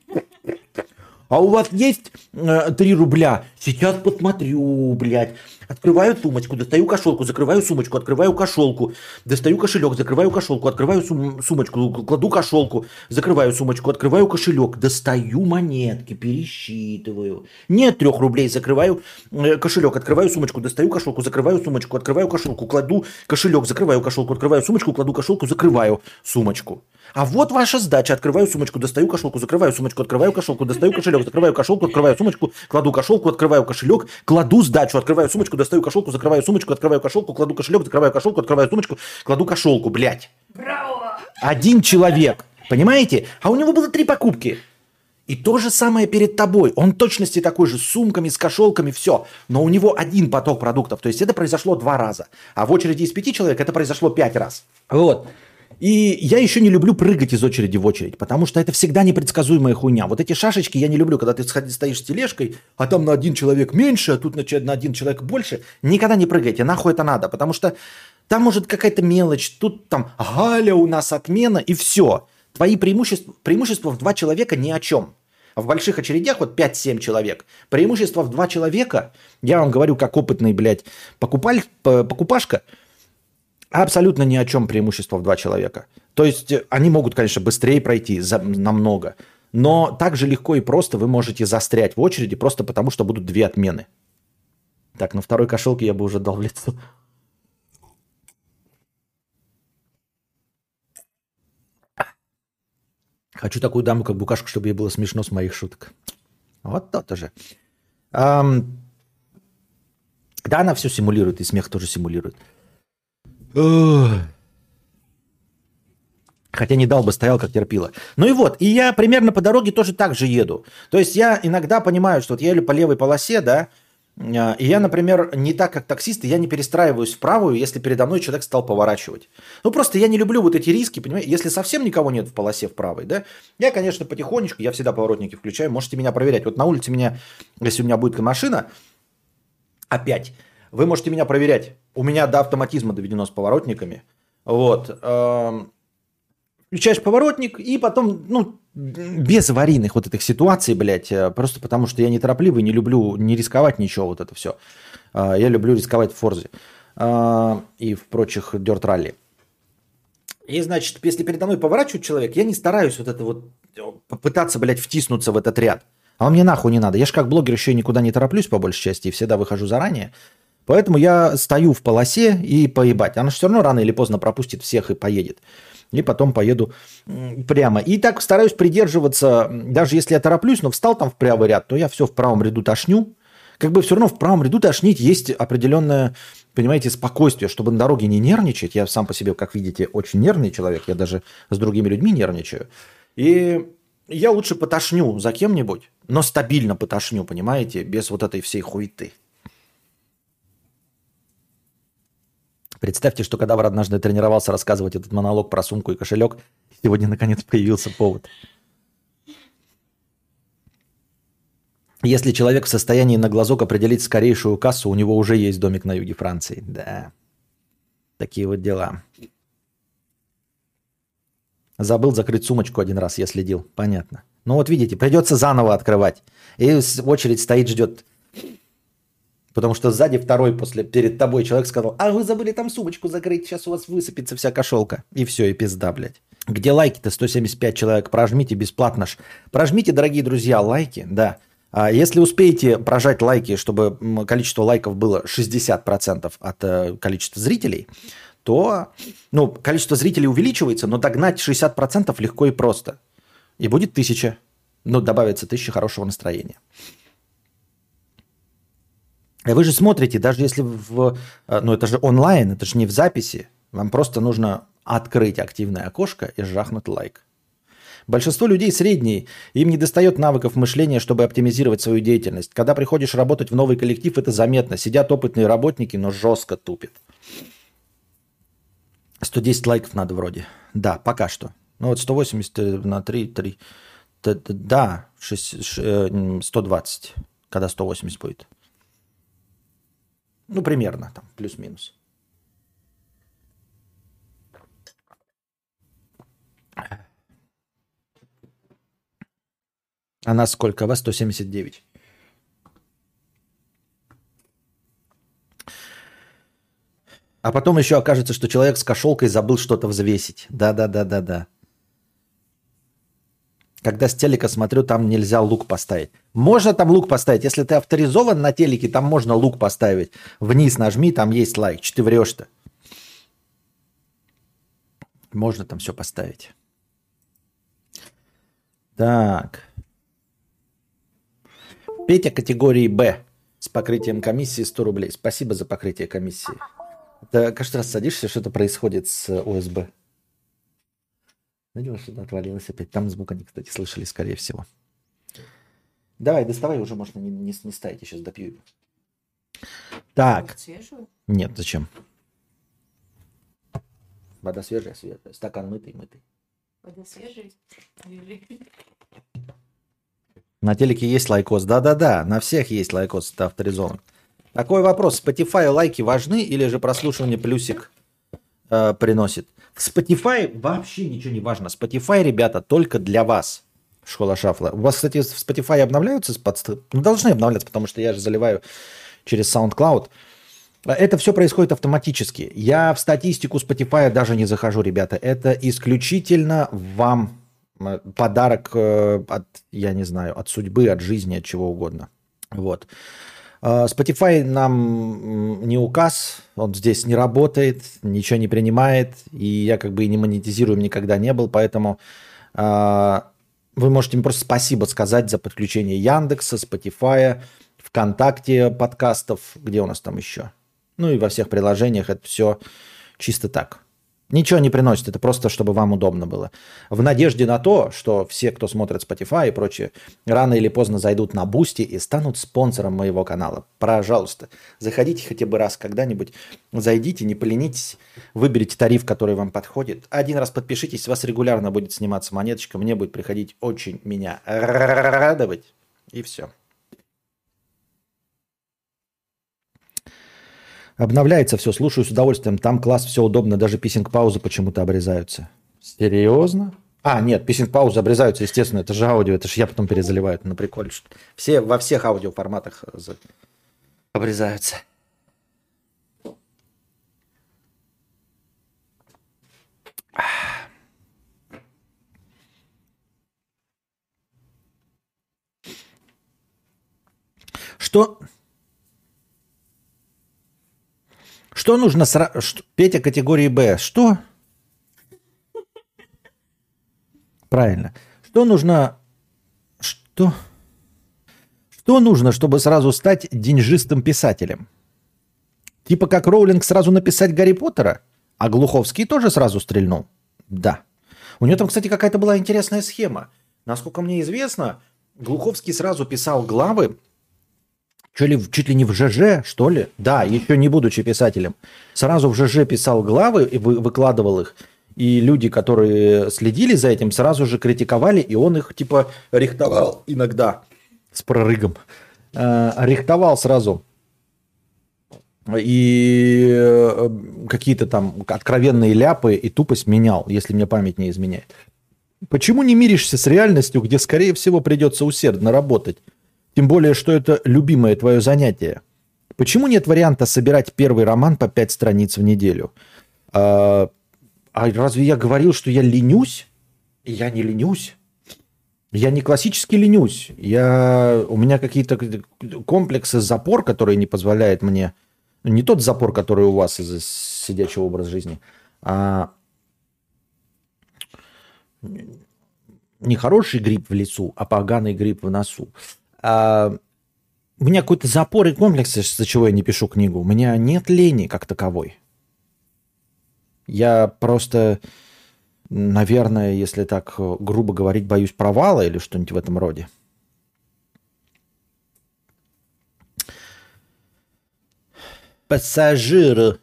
А у вас есть 3 рубля? Сейчас посмотрю, блядь. Открываю сумочку, достаю кошелку, закрываю сумочку, открываю кошелку, достаю кошелек, закрываю кошелку, открываю сумочку, кладу кошелку, закрываю сумочку, открываю кошелек, достаю монетки, пересчитываю. Нет 3 рублей, закрываю кошелек, открываю сумочку, достаю кошелку, закрываю сумочку, открываю кошелку, кладу кошелек, закрываю кошелку, открываю сумочку, кладу кошелку, закрываю сумочку. А вот ваша сдача. Открываю сумочку, достаю кошелку, закрываю сумочку, открываю кошелку, достаю кошелек, закрываю кошелку, открываю сумочку, кладу кошелку, открываю кошелек, кладу сдачу, открываю сумочку, достаю кошелку, закрываю сумочку, открываю кошелку, кладу кошелек, закрываю кошелку, открываю сумочку, кладу кошелку, блядь. Браво! Один человек, понимаете? А у него было 3 покупки. И то же самое перед тобой. Он точности такой же, с сумками, с кошелками, все. Но у него один поток продуктов. То есть это произошло 2 раза. А в очереди из 5 человек это произошло 5 раз. Вот. И я еще не люблю прыгать из очереди в очередь, потому что это всегда непредсказуемая хуйня. Вот эти шашечки я не люблю, когда ты стоишь с тележкой, а там на 1 человек меньше, а тут на 1 человек больше. Никогда не прыгайте, нахуй это надо, потому что там может какая-то мелочь, тут там Галя у нас отмена и все. Твои преимущества в 2 человека ни о чем. А в больших очередях, вот 5-7 человек, преимущество в 2 человека, я вам говорю, как опытный, блядь, покупашка, абсолютно ни о чем преимущество в 2 человека. То есть они могут, конечно, быстрее пройти намного, но так же легко и просто вы можете застрять в очереди просто потому, что будут 2 отмены. Так, на 2 кошелке я бы уже дал в лицо. Хочу такую даму, как Букашку, чтобы ей было смешно с моих шуток. Вот то-то же. Да, она все симулирует, и смех тоже симулирует. Хотя не дал бы, стоял как терпила. Ну и вот, и я примерно по дороге тоже так же еду. То есть я иногда понимаю, что вот я еду по левой полосе, да, и я, например, не так, как таксисты, я не перестраиваюсь в правую, если передо мной человек стал поворачивать. Ну просто я не люблю вот эти риски, понимаете, если совсем никого нет в полосе в правой, да, я, конечно, потихонечку, я всегда поворотники включаю, можете меня проверять. Вот на улице меня, если у меня будет машина, опять, вы можете меня проверять. У меня до автоматизма доведено с поворотниками. Вот. Включаешь поворотник, и потом, ну, без аварийных вот этих ситуаций, блядь, просто потому что я неторопливый, не люблю не рисковать ничего, вот это все. Я люблю рисковать в Форзе и в прочих дёрт-ралли. И, значит, если передо мной поворачивает человек, я не стараюсь вот это вот попытаться, блядь, втиснуться в этот ряд. А мне нахуй не надо. Я же как блогер еще и никуда не тороплюсь, по большей части, и всегда выхожу заранее. Поэтому я стою в полосе и поебать. Она же все равно рано или поздно пропустит всех и поедет. И потом поеду прямо. И так стараюсь придерживаться, даже если я тороплюсь, но встал там в правый ряд, то я все в правом ряду тошню. Как бы все равно в правом ряду тошнить есть определенное, понимаете, спокойствие, чтобы на дороге не нервничать. Я сам по себе, как видите, очень нервный человек. Я даже с другими людьми нервничаю. И я лучше потошню за кем-нибудь, но стабильно потошню, понимаете, без вот этой всей хуеты. Представьте, что когда вы однажды тренировался рассказывать этот монолог про сумку и кошелек, сегодня наконец появился повод. Если человек в состоянии на глазок определить скорейшую кассу, у него уже есть домик на юге Франции. Да, такие вот дела. Забыл закрыть сумочку один раз, я следил. Понятно. Ну вот видите, придется заново открывать. И очередь стоит, ждет. Потому что сзади второй перед тобой человек сказал, а вы забыли там сумочку закрыть, сейчас у вас высыпется вся кошелка. И все, и пизда, блядь. Где лайки-то? 175 человек. Прожмите бесплатно. Прожмите, дорогие друзья, лайки, да. А если успеете прожать лайки, чтобы количество лайков было 60% от количества зрителей, то количество зрителей увеличивается, но догнать 60% легко и просто. И будет 1000. Добавится 1000 хорошего настроения. Вы же смотрите, даже если это же онлайн, это же не в записи. Вам просто нужно открыть активное окошко и жахнуть лайк. Большинство людей средние, им не достает навыков мышления, чтобы оптимизировать свою деятельность. Когда приходишь работать в новый коллектив, это заметно. Сидят опытные работники, но жестко тупят. 110 лайков надо вроде. Да, пока что. 180 на 3. Да, 120, когда 180 будет. Примерно, там, плюс-минус. А нас сколько? Вас 179. А потом еще окажется, что человек с кошелкой забыл что-то взвесить. Да. Когда с телека смотрю, там нельзя лук поставить. Можно там лук поставить. Если ты авторизован на телеке, там можно лук поставить. Вниз нажми, там есть лайк. Че ты врешь-то? Можно там все поставить. Так. Петя категории Б с покрытием комиссии 100 рублей. Спасибо за покрытие комиссии. Ты каждый раз садишься, что-то происходит с ОСБ. Видимо, что-то отвалилось опять. Там звук они, кстати, слышали, скорее всего. Давай, доставай, уже можно не ставить, я сейчас допью. Так. Свежую? Нет, зачем? Вода свежая. Стакан мытый. Вода свежая? На телеке есть лайкос. Да. На всех есть лайкос, это авторизован. Такой вопрос. Spotify лайки важны или же прослушивание плюсик приносит? В Spotify вообще ничего не важно. Spotify, ребята, только для вас. Школа Шафла. У вас, кстати, в Spotify обновляются? Ну, должны обновляться, потому что я же заливаю через SoundCloud. Это все происходит автоматически. Я в статистику Spotify даже не захожу, ребята. Это исключительно вам подарок от, я не знаю, от судьбы, от жизни, от чего угодно. Вот. Spotify нам не указ, он здесь не работает, ничего не принимает, и я как бы и не монетизируем никогда не был, поэтому вы можете мне просто спасибо сказать за подключение Яндекса, Spotify, ВКонтакте подкастов, где у нас там еще. Ну и во всех приложениях это все чисто так. Ничего не приносит, это просто, чтобы вам удобно было. В надежде на то, что все, кто смотрит Spotify и прочее, рано или поздно зайдут на Boosty и станут спонсором моего канала. Пожалуйста, заходите хотя бы раз когда-нибудь, зайдите, не поленитесь, выберите тариф, который вам подходит. Один раз подпишитесь, с вас регулярно будет сниматься монеточка, мне будет приходить очень меня радовать, и все. Обновляется все, слушаю с удовольствием. Там класс, все удобно, даже писинг-паузы почему-то обрезаются. Серьезно? Нет, писинг-паузы обрезаются, естественно, это же аудио, это же я потом перезаливаю, это на приколе. Все, во всех аудиоформатах обрезаются. Что нужно сразу... Петя категории Б. Что? Правильно. Что нужно... Что нужно, чтобы сразу стать деньжистым писателем? Типа как Роулинг сразу написать Гарри Поттера, а Глуховский тоже сразу стрельнул? Да. У него там, кстати, какая-то была интересная схема. Насколько мне известно, Глуховский сразу писал главы, чуть ли не в ЖЖ, что ли? Да, еще не будучи писателем. Сразу в ЖЖ писал главы и выкладывал их. И люди, которые следили за этим, сразу же критиковали, и он их типа рихтовал иногда с прорыгом. Рихтовал сразу. И какие-то там откровенные ляпы и тупость менял, если мне память не изменяет. Почему не миришься с реальностью, где, скорее всего, придется усердно работать? Тем более, что это любимое твое занятие. Почему нет варианта собирать первый роман по 5 страниц в неделю? А разве я говорил, что я ленюсь? Я не ленюсь. Я не классически ленюсь. У меня какие-то комплексы, запор, которые не позволяют мне... Не тот запор, который у вас из-за сидячего образа жизни, а не хороший гриб в лесу, а поганый гриб в носу. У меня какой-то запор и комплекс, из-за чего я не пишу книгу. У меня нет лени как таковой. Я просто, наверное, если так грубо говорить, боюсь провала или что-нибудь в этом роде. Пассажир.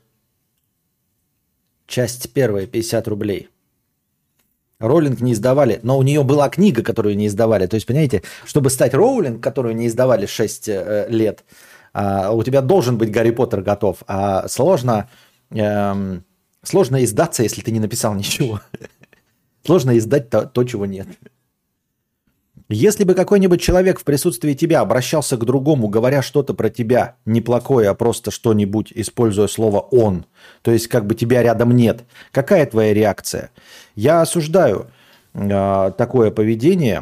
Часть первая, 50 рублей. Роулинг не издавали, но у нее была книга, которую не издавали. То есть, понимаете, чтобы стать Роулинг, которую не издавали 6 лет, у тебя должен быть Гарри Поттер готов. А сложно издаться, если ты не написал ничего. Сложно издать то, чего нет. Если бы какой-нибудь человек в присутствии тебя обращался к другому, говоря что-то про тебя, не плохое, а просто что-нибудь, используя слово «он», то есть как бы тебя рядом нет, какая твоя реакция? Я осуждаю такое поведение,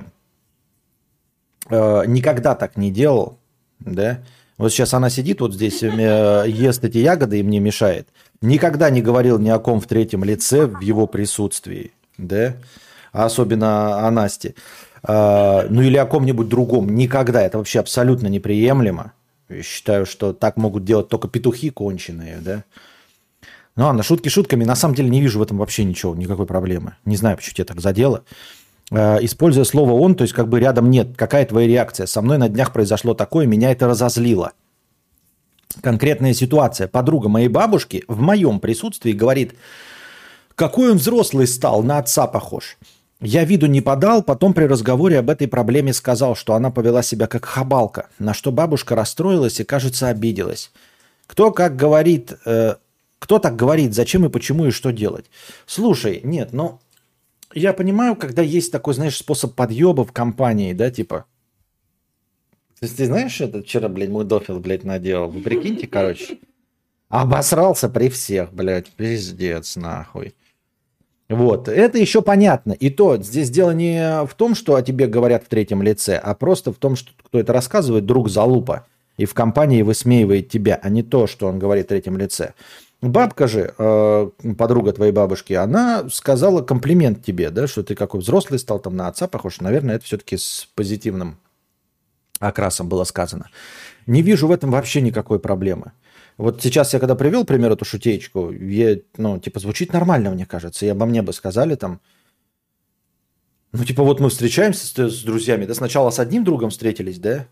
никогда так не делал, да? Вот сейчас она сидит вот здесь, ест эти ягоды и мне мешает. Никогда не говорил ни о ком в третьем лице в его присутствии, да? А особенно о Насте. Ну или о ком-нибудь другом. Никогда. Это вообще абсолютно неприемлемо. Я считаю, что так могут делать только петухи конченые, да? Ну ладно, шутки шутками. На самом деле не вижу в этом вообще ничего, никакой проблемы. Не знаю, почему тебя так задело. Используя слово «он», то есть как бы рядом нет. Какая твоя реакция? Со мной на днях произошло такое, меня это разозлило. Конкретная ситуация. Подруга моей бабушки в моем присутствии говорит, какой он взрослый стал, на отца похож. Я виду не подал, потом при разговоре об этой проблеме сказал, что она повела себя как хабалка, на что бабушка расстроилась и, кажется, обиделась. Кто так говорит, зачем и почему и что делать? Слушай, нет, ну, я понимаю, когда есть такой, знаешь, способ подъеба в компании, да, типа. То есть ты знаешь, что это вчера, блядь, Мудофил, блядь, наделал? Вы прикиньте, короче. Обосрался при всех, блядь, пиздец, нахуй. Вот, это еще понятно. И то, здесь дело не в том, что о тебе говорят в третьем лице, а просто в том, что кто это рассказывает, друг залупа. И в компании высмеивает тебя, а не то, что он говорит в третьем лице. Бабка же, подруга твоей бабушки, она сказала комплимент тебе, да, что ты какой взрослый стал, там на отца похож. Наверное, это все-таки с позитивным окрасом было сказано. Не вижу в этом вообще никакой проблемы. Вот сейчас я когда привел пример эту шутеечку, ну, типа, звучит нормально, мне кажется. И обо мне бы сказали там, ну, типа, вот мы встречаемся с друзьями, да, сначала с одним другом встретились, да,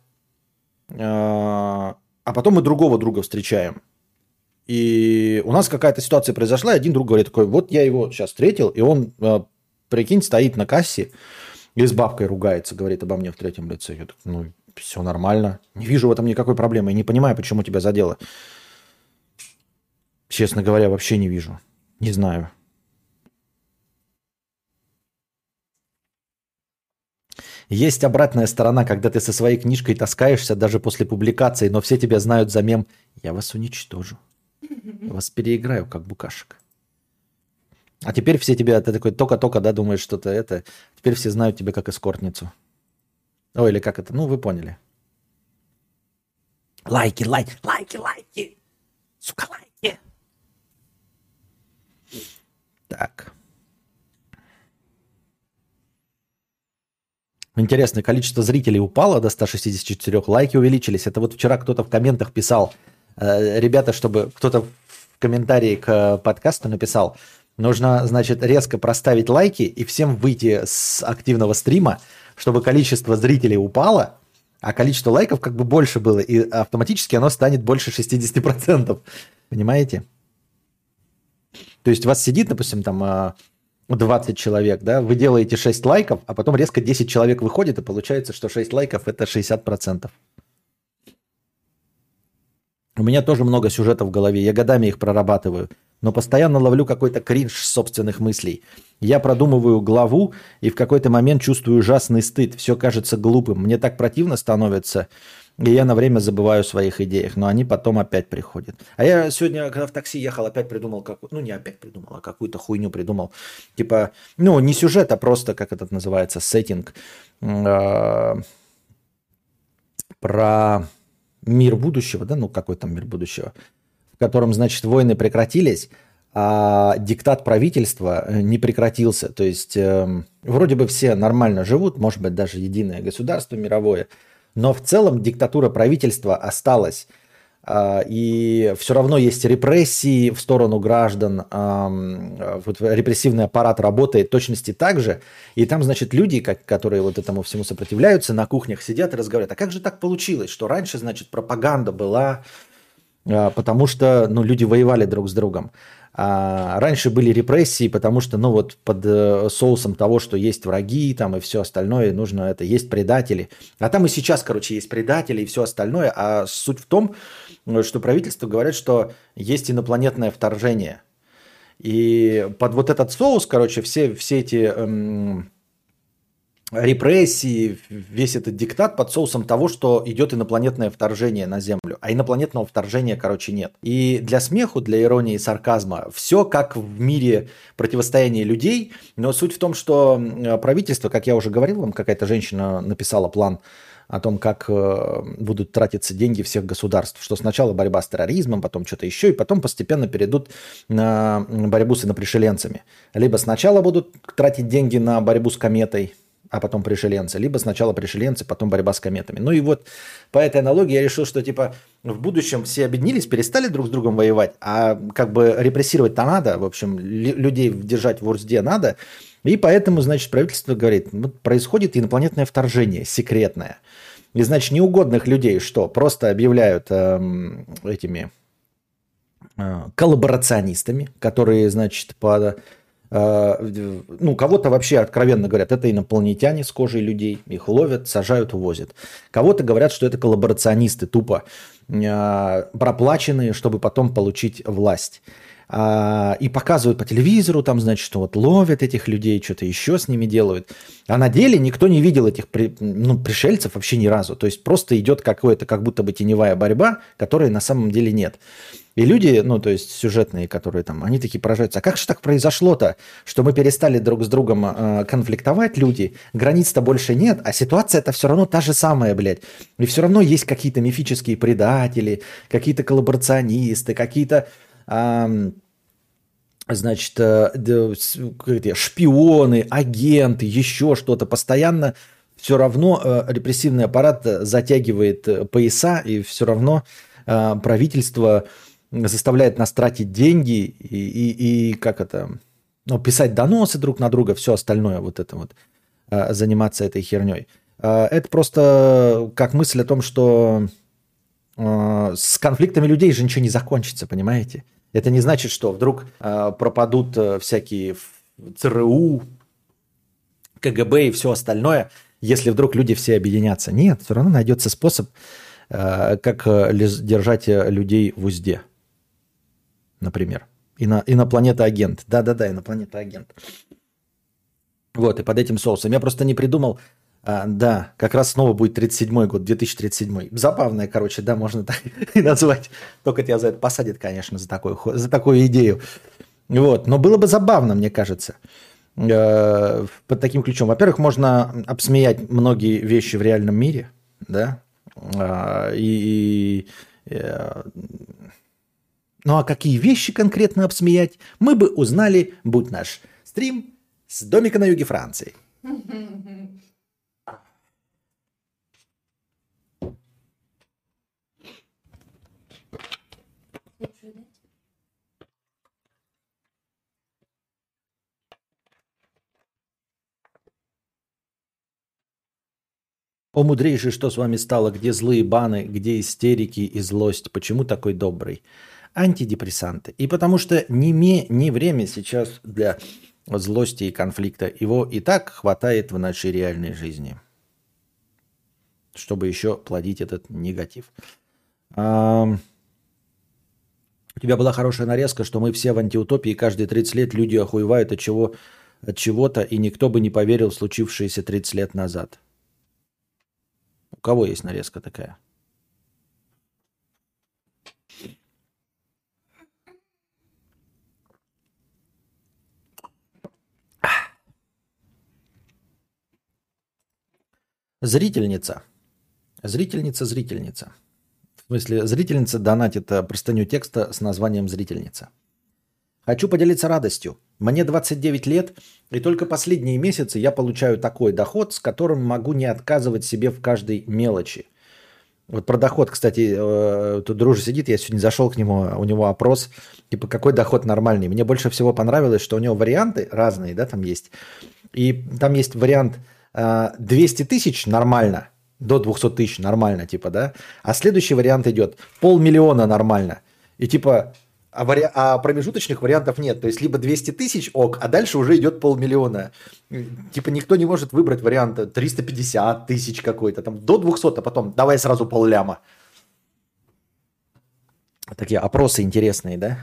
а потом мы другого друга встречаем. И у нас какая-то ситуация произошла, и один друг говорит такой, вот я его сейчас встретил, и он, прикинь, стоит на кассе и с бабкой ругается, говорит обо мне в третьем лице. Я так, ну, все нормально, не вижу в этом никакой проблемы, и не понимаю, почему тебя задело. Честно говоря, вообще не вижу. Не знаю. Есть обратная сторона, когда ты со своей книжкой таскаешься даже после публикации, но все тебя знают за мем. Я вас уничтожу. Я вас переиграю, как букашек. А теперь все тебя, ты такой только-только, да, думаешь, что-то это. Теперь все знают тебя как эскортницу. Ой, или как это, ну, вы поняли. Лайки, лайки, лайки, лайки. Сука, лайки. Так. Интересно, количество зрителей упало до 164, лайки увеличились. Это вот вчера кто-то в комментах писал, ребята, чтобы кто-то в комментарии к подкасту написал, нужно, значит, резко проставить лайки и всем выйти с активного стрима, чтобы количество зрителей упало, а количество лайков как бы больше было, и автоматически оно станет больше 60%. Понимаете? То есть у вас сидит, допустим, там 20 человек, да, вы делаете 6 лайков, а потом резко 10 человек выходит, и получается, что 6 лайков – это 60%. У меня тоже много сюжетов в голове, я годами их прорабатываю, но постоянно ловлю какой-то кринж собственных мыслей. Я продумываю главу и в какой-то момент чувствую ужасный стыд, все кажется глупым, мне так противно становится, и я на время забываю о своих идеях, но они потом опять приходят. А я сегодня, когда в такси ехал, опять придумал, ну не опять придумал, а какую-то хуйню придумал. Типа, ну не сюжет, а просто, как это называется, сеттинг. Про мир будущего, да, ну какой там мир будущего, в котором, значит, войны прекратились, а диктат правительства не прекратился. То есть вроде бы все нормально живут, может быть, даже единое государство мировое, но в целом диктатура правительства осталась. И все равно есть репрессии в сторону граждан. Вот репрессивный аппарат работает в точности так же. И там, значит, люди, которые вот этому всему сопротивляются, на кухнях сидят и разговаривают. А как же так получилось, что раньше, значит, пропаганда была, потому что, ну, люди воевали друг с другом. А раньше были репрессии, потому что, ну вот под соусом того, что есть враги там и все остальное, нужно это, есть предатели. А там и сейчас, короче, есть предатели и все остальное. А суть в том, что правительство говорит, что есть инопланетное вторжение. И под вот этот соус, короче, все эти репрессии, весь этот диктат под соусом того, что идет инопланетное вторжение на Землю. А инопланетного вторжения, короче, нет. И для смеху, для иронии и сарказма, все как в мире противостояния людей. Но суть в том, что правительство, как я уже говорил, вам какая-то женщина написала план о том, как будут тратиться деньги всех государств. Что сначала борьба с терроризмом, потом что-то еще, и потом постепенно перейдут на борьбу с инопришеленцами. Либо сначала будут тратить деньги на борьбу с кометой, а потом пришеленцы, либо сначала пришеленцы, потом борьба с кометами. Ну и вот по этой аналогии я решил, что типа в будущем все объединились, перестали друг с другом воевать, а как бы репрессировать-то надо, в общем, людей держать в узде надо, и поэтому, значит, правительство говорит, вот происходит инопланетное вторжение секретное. И, значит, неугодных людей что? Просто объявляют этими коллаборационистами, которые, значит, ну, кого-то вообще откровенно говорят, это инопланетяне с кожей людей, их ловят, сажают, увозят. Кого-то говорят, что это коллаборационисты, тупо проплаченные, чтобы потом получить власть. И показывают по телевизору, там, значит, что вот ловят этих людей, что-то еще с ними делают. А на деле никто не видел этих пришельцев вообще ни разу. То есть просто идет какая-то как будто бы теневая борьба, которой на самом деле нет. И люди, ну, то есть сюжетные, которые там, они такие поражаются. А как же так произошло-то, что мы перестали друг с другом конфликтовать, люди, границ-то больше нет, а ситуация-то все равно та же самая, блядь. И все равно есть какие-то мифические предатели, какие-то коллаборационисты, какие-то... значит, шпионы, агенты, еще что-то. Постоянно все равно репрессивный аппарат затягивает пояса, и все равно правительство заставляет нас тратить деньги и как это, ну, писать доносы друг на друга, все остальное вот это вот, заниматься этой херней. Это просто как мысль о том, что с конфликтами людей же ничего не закончится, понимаете? Это не значит, что вдруг пропадут всякие ЦРУ, КГБ и все остальное, если вдруг люди все объединятся. Нет, все равно найдется способ, как держать людей в узде. Например. Инопланета-агент. Да-да-да, инопланета-агент. Вот, и под этим соусом. Я просто не придумал. Да, как раз снова будет 37-й год, 2037. Забавная, короче, да, можно так и назвать. Только тебя за это посадят, конечно, за такую идею. Вот, но было бы забавно, мне кажется, под таким ключом. Во-первых, можно обсмеять многие вещи в реальном мире, да, ну а какие вещи конкретно обсмеять, мы бы узнали, будь наш стрим с домика на юге Франции. О, мудрейший, что с вами стало? Где злые баны, где истерики и злость? Почему такой добрый? Антидепрессанты. И потому что не время сейчас для злости и конфликта. Его и так хватает в нашей реальной жизни, чтобы еще плодить этот негатив. У тебя была хорошая нарезка, что мы все в антиутопии, каждые 30 лет люди охуевают от чего-то, и никто бы не поверил в случившееся 30 лет назад. У кого есть нарезка такая? Зрительница. Зрительница. В смысле, зрительница донатит простыню текста с названием «Зрительница». Хочу поделиться радостью. Мне 29 лет, и только последние месяцы я получаю такой доход, с которым могу не отказывать себе в каждой мелочи. Вот про доход, кстати, тут дружи сидит, я сегодня зашел к нему, у него опрос, типа, какой доход нормальный. Мне больше всего понравилось, что у него варианты разные, да, там есть. И там есть вариант 200 тысяч нормально, до 200 тысяч нормально, типа, да. А следующий вариант идет 500 000 нормально. И типа... А промежуточных вариантов нет. То есть либо 200 тысяч ок, а дальше уже идет 500 000. Типа никто не может выбрать вариант 350 тысяч какой-то. Там до 200, а потом давай сразу 500 000. Такие опросы интересные, да?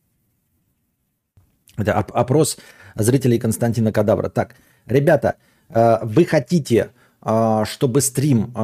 Это опрос зрителей Константина Кадавра. Так, ребята, Вы хотите, чтобы стрим...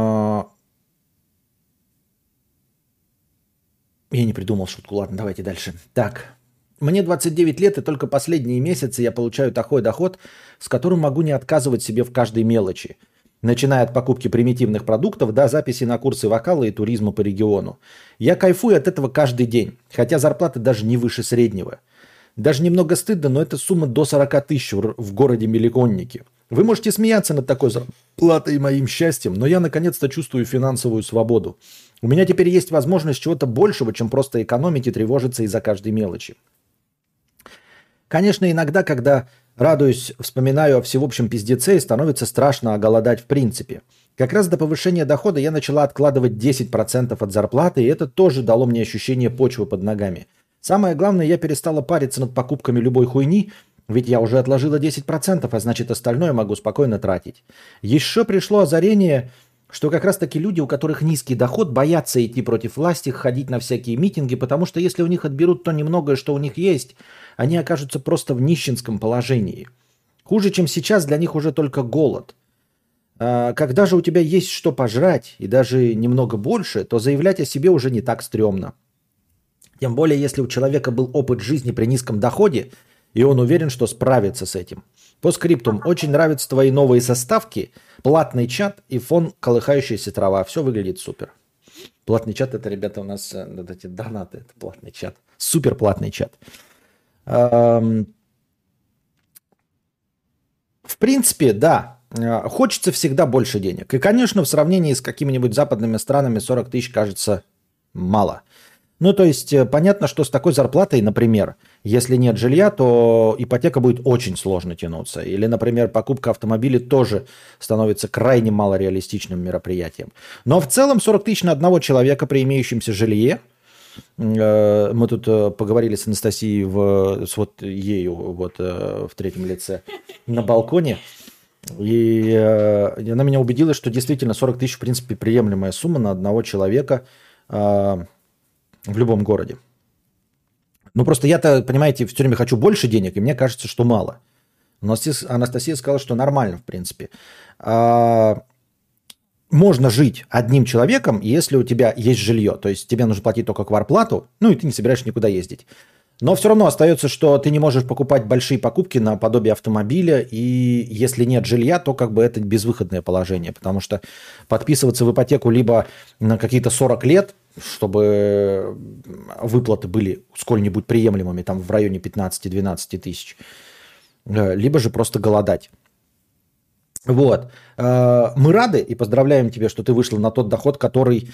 Я не придумал шутку, ладно, давайте дальше. Так, мне 29 лет, и только последние месяцы я получаю такой доход, с которым могу не отказывать себе в каждой мелочи. Начиная от покупки примитивных продуктов до записи на курсы вокала и туризма по региону. Я кайфую от этого каждый день, хотя зарплата даже не выше среднего. Даже немного стыдно, но это сумма до 40 тысяч в городе-миллионнике. Вы можете смеяться над такой зарплатой и моим счастьем, но я наконец-то чувствую финансовую свободу. У меня теперь есть возможность чего-то большего, чем просто экономить и тревожиться из-за каждой мелочи. Конечно, иногда, когда радуюсь, вспоминаю о всеобщем пиздеце и становится страшно оголодать в принципе. Как раз до повышения дохода я начала откладывать 10% от зарплаты, и это тоже дало мне ощущение почвы под ногами. Самое главное, я перестала париться над покупками любой хуйни, ведь я уже отложила 10%, а значит остальное могу спокойно тратить. Еще пришло озарение, что как раз-таки люди, у которых низкий доход, боятся идти против власти, ходить на всякие митинги, потому что если у них отберут то немногое, что у них есть, они окажутся просто в нищенском положении. Хуже, чем сейчас, для них уже только голод. Когда же у тебя есть что пожрать, и даже немного больше, то заявлять о себе уже не так стрёмно. Тем более, если у человека был опыт жизни при низком доходе, и он уверен, что справится с этим. По скриптум. Очень нравятся твои новые составки, платный чат и фон колыхающаяся трава. Все выглядит супер. Платный чат — это, ребята, у нас вот эти донаты. Это платный чат. Супер платный чат. В принципе, да. Хочется всегда больше денег. И, конечно, в сравнении с какими-нибудь западными странами 40 тысяч кажется мало. Ну, то есть, понятно, что с такой зарплатой, например, если нет жилья, то ипотека будет очень сложно тянуться. Или, например, покупка автомобиля тоже становится крайне малореалистичным мероприятием. Но в целом 40 тысяч на одного человека при имеющемся жилье. Мы тут поговорили с Анастасией, с вот ею вот, в третьем лице на балконе. И она меня убедила, что действительно 40 тысяч, в принципе, приемлемая сумма на одного человека в любом городе. Ну, просто я-то, понимаете, все время хочу больше денег, и мне кажется, что мало. Но Анастасия сказала, что нормально, в принципе. Можно жить одним человеком, если у тебя есть жилье. То есть тебе нужно платить только квартплату, ну, и ты не собираешься никуда ездить. Но все равно остается, что ты не можешь покупать большие покупки наподобие автомобиля, и если нет жилья, то как бы это безвыходное положение, потому что подписываться в ипотеку либо на какие-то 40 лет, чтобы выплаты были сколь-нибудь приемлемыми, там в районе 15-12 тысяч, либо же просто голодать. Вот. Мы рады и поздравляем тебя, что ты вышла на тот доход, который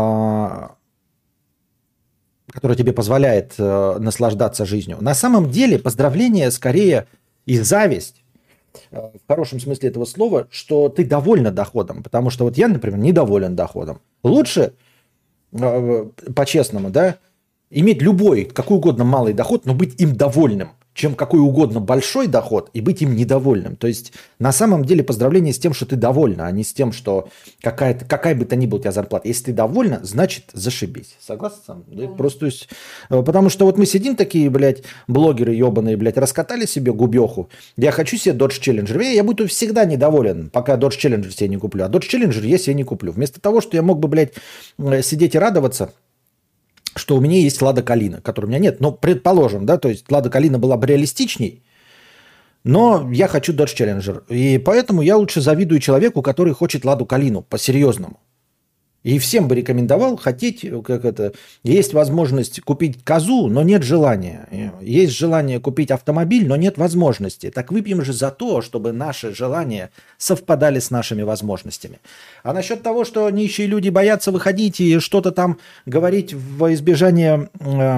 тебе позволяет наслаждаться жизнью. На самом деле поздравление скорее и зависть, в хорошем смысле этого слова, что ты довольна доходом. Потому что вот я, например, недоволен доходом. Лучше, по-честному, да, иметь любой, какой угодно малый доход, но быть им довольным, чем какой угодно большой доход и быть им недовольным. То есть на самом деле поздравление с тем, что ты довольна, а не с тем, что какая бы то ни была у тебя зарплата. Если ты довольна, значит зашибись. Согласен сам? Да. Просто, есть, потому что вот мы сидим такие, блядь, блогеры ебаные, блядь, раскатали себе губеху. Я хочу себе Dodge Challenger. Я буду всегда недоволен, пока Dodge Challenger себе не куплю. А Dodge Challenger я себе не куплю. Вместо того, что я мог бы, блядь, сидеть и радоваться, что у меня есть Лада Калина, которой у меня нет. Но предположим, да, то есть Лада Калина была бы реалистичней, но я хочу Dodge Challenger. И поэтому я лучше завидую человеку, который хочет Ладу Калину по-серьезному. И всем бы рекомендовал хотеть, есть возможность купить козу, но нет желания. Есть желание купить автомобиль, но нет возможности. Так выпьем же за то, чтобы наши желания совпадали с нашими возможностями. А насчет того, что нищие люди боятся выходить и что-то там говорить во избежание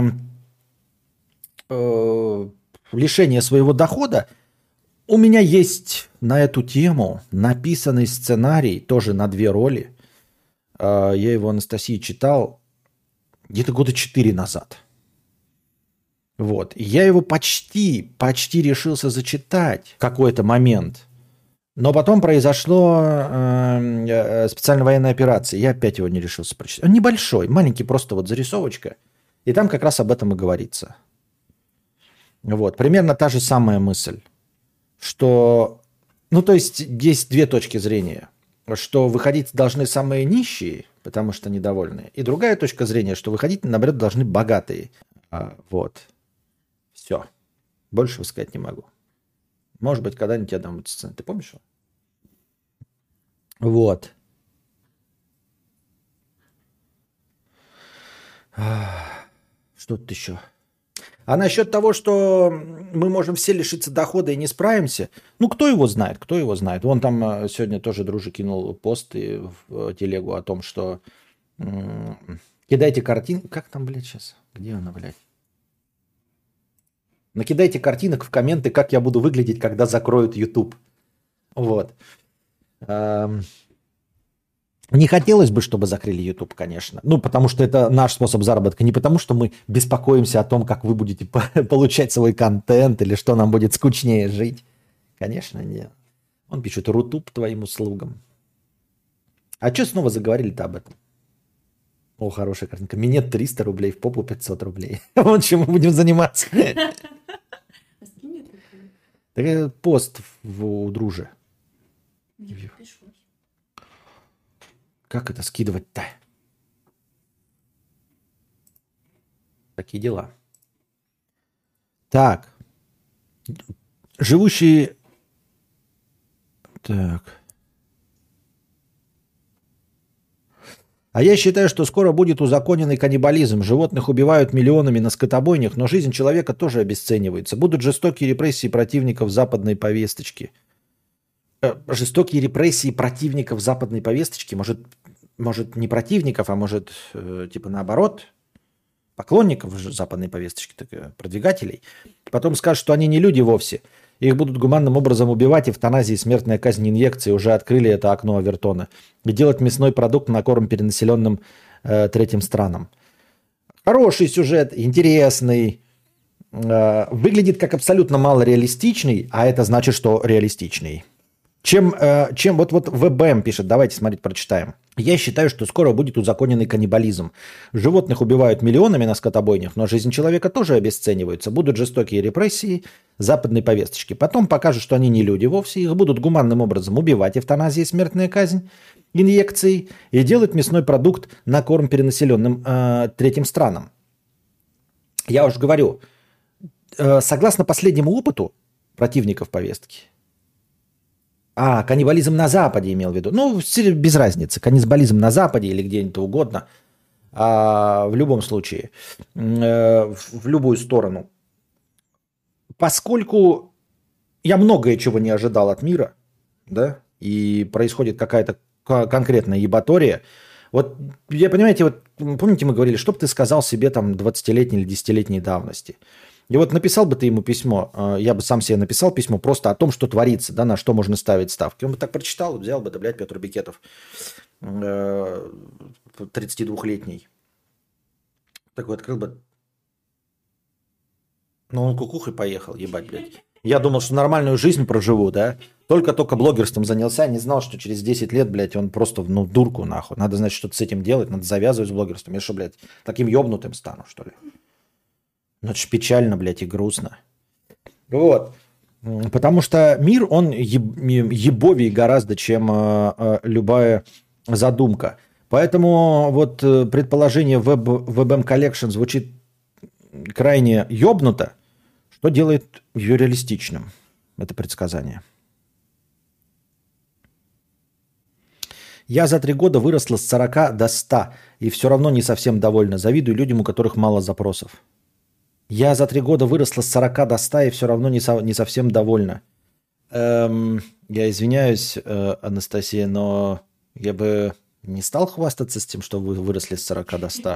лишения своего дохода, у меня есть на эту тему написанный сценарий, тоже на 2 роли. Я его Анастасии читал где-то года 4 назад. Вот. И я его почти решился зачитать в какой-то момент. Но потом произошла специальная военная операция. Я опять его не решился прочитать. Он небольшой, маленький, просто вот зарисовочка. И там как раз об этом и говорится. Вот. Примерно та же самая мысль. Что Ну, то есть, есть две точки зрения. Что выходить должны самые нищие, потому что недовольны. И другая точка зрения, что выходить, наоборот, должны богатые. Вот. Все. Больше сказать не могу. Может быть, когда-нибудь я дам эту сцену. Ты помнишь его? Вот. Что тут еще? А насчет того, что мы можем все лишиться дохода и не справимся, ну, кто его знает, кто его знает. Вон там сегодня тоже дружи кинул пост в телегу о том, что кидайте картинки. Как там, блядь, сейчас? Где она, блядь? Накидайте картинок в комменты, как я буду выглядеть, когда закроют YouTube. Вот. Не хотелось бы, чтобы закрыли YouTube, конечно. Ну, потому что это наш способ заработка. Не потому, что мы беспокоимся о том, как вы будете получать свой контент или что нам будет скучнее жить. Конечно, нет. Он пишет, рутуб твоим услугам. А что снова заговорили-то об этом? О, хорошая картинка. Минет 300 рублей, в попу 500 рублей. Вот чем мы будем заниматься. Так пост у дружи. Как это скидывать-то? Такие дела. Так. Живущие... Так. А я считаю, что скоро будет узаконенный каннибализм. Животных убивают миллионами на скотобойнях, но жизнь человека тоже обесценивается. Будут жестокие репрессии противников западной повесточки. Жестокие репрессии противников западной повесточки, может не противников, а может типа наоборот, поклонников западной повесточки, так, продвигателей. Потом скажут, что они не люди вовсе. Их будут гуманным образом убивать, эвтаназии, смертная казнь, инъекции. Уже открыли это окно Авертона. И делать мясной продукт на корм перенаселенным третьим странам. Хороший сюжет, интересный. Выглядит как абсолютно малореалистичный, а это значит, что реалистичный. Чем вот ВБМ пишет, давайте смотреть, прочитаем. Я считаю, что скоро будет узаконенный каннибализм. Животных убивают миллионами на скотобойнях, но жизнь человека тоже обесценивается. Будут жестокие репрессии западной повесточки. Потом покажут, что они не люди вовсе. Их будут гуманным образом убивать, эвтаназия, смертная казнь, инъекции и делать мясной продукт на корм перенаселенным третьим странам. Я уже говорю, согласно последнему опыту противников повестки, каннибализм на Западе имел в виду. Ну, без разницы. Каннибализм на Западе или где-нибудь угодно. В любом случае. В любую сторону. Поскольку я многое чего не ожидал от мира, да, и происходит какая-то конкретная ебатория. Вот, я понимаете, вот помните, мы говорили, что бы ты сказал себе там 20-летней или 10-летней давности? И вот написал бы ты ему письмо, я бы сам себе написал письмо просто о том, что творится, да, на что можно ставить ставки. Он бы так прочитал, взял бы, да, блядь, Петр Бекетов, 32-летний. Такой открыл бы. Ну, он кукухой поехал, ебать, блядь. Я думал, что нормальную жизнь проживу, да. Только блогерством занялся, не знал, что через 10 лет, блядь, он просто, дурку нахуй. Надо, значит, что-то с этим делать, надо завязывать с блогерством. Я что, блядь, таким ебнутым стану, что ли? Ну, это ж печально, блядь, и грустно. Вот. Потому что мир, он ебовее гораздо, чем любая задумка. Поэтому вот предположение WebM Collection звучит крайне ебнуто, что делает ее реалистичным. Это предсказание. Я за 3 года выросла с 40 до 100 и все равно не совсем довольна. Завидую людям, у которых мало запросов. Я за 3 года выросла с 40 до 100 и все равно не совсем довольна. Я извиняюсь, Анастасия, но я бы не стал хвастаться с тем, что вы выросли с 40 до 100.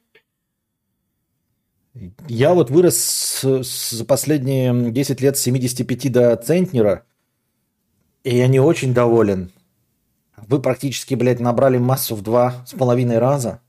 Я вот вырос за последние 10 лет с 75 до центнера, и я не очень доволен. Вы практически, блядь, набрали массу в 2,5 раза.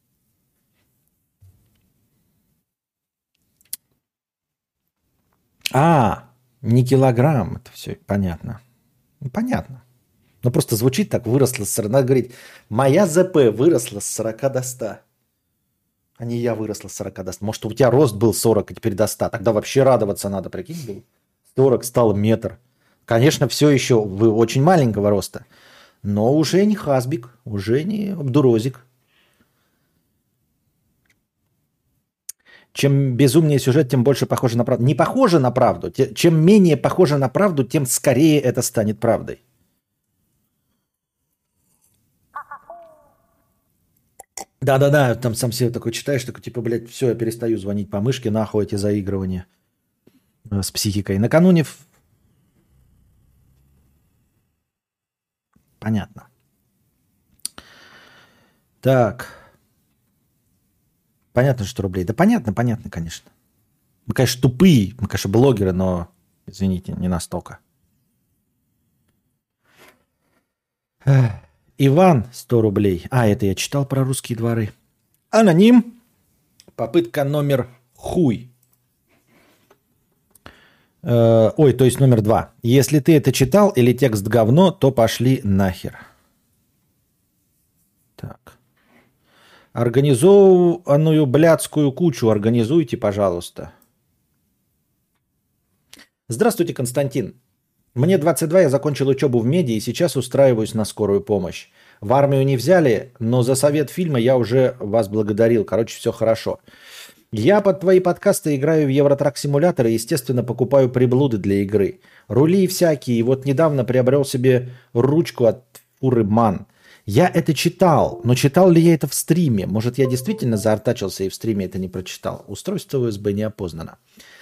Не килограмм, это все понятно. Понятно. Но просто звучит так, выросла с 40, надо говорить, моя ЗП выросла с 40 до 100. А не я выросла с 40 до 100. Может, у тебя рост был 40, а теперь до 100. Тогда вообще радоваться надо, прикинь, был. 40 стал метр. Конечно, все еще вы очень маленького роста, но уже не Хазбик, уже не Абдурозик. Чем безумнее сюжет, тем больше похоже на правду. Не похоже на правду. Чем менее похоже на правду, тем скорее это станет правдой. Да-да-да, там сам себе такой читаешь, такой типа, блядь, все, я перестаю звонить по мышке, нахуй эти заигрывания с психикой. Накануне... Понятно. Так. Понятно, что рублей. Да понятно, конечно. Мы, конечно, тупые, мы, конечно, блогеры, но, извините, не настолько. Иван, 100 рублей. А, это я читал про русские дворы. Аноним. Попытка номер хуй. Ой, то есть номер 2. Если ты это читал или текст говно, то пошли нахер. Так. Организованную блядскую кучу организуйте, пожалуйста. Здравствуйте, Константин. Мне 22, я закончил учебу в меди и сейчас устраиваюсь на скорую помощь. В армию не взяли, но за совет фильма я уже вас благодарил. Короче, все хорошо. Я под твои подкасты играю в Евротрак-симулятор и, естественно, покупаю приблуды для игры. Рули всякие. И вот недавно приобрел себе ручку от фуры Ман. Я это читал, но читал ли я это в стриме? Может, я действительно заортачился и в стриме это не прочитал? Устройство USB не опознано.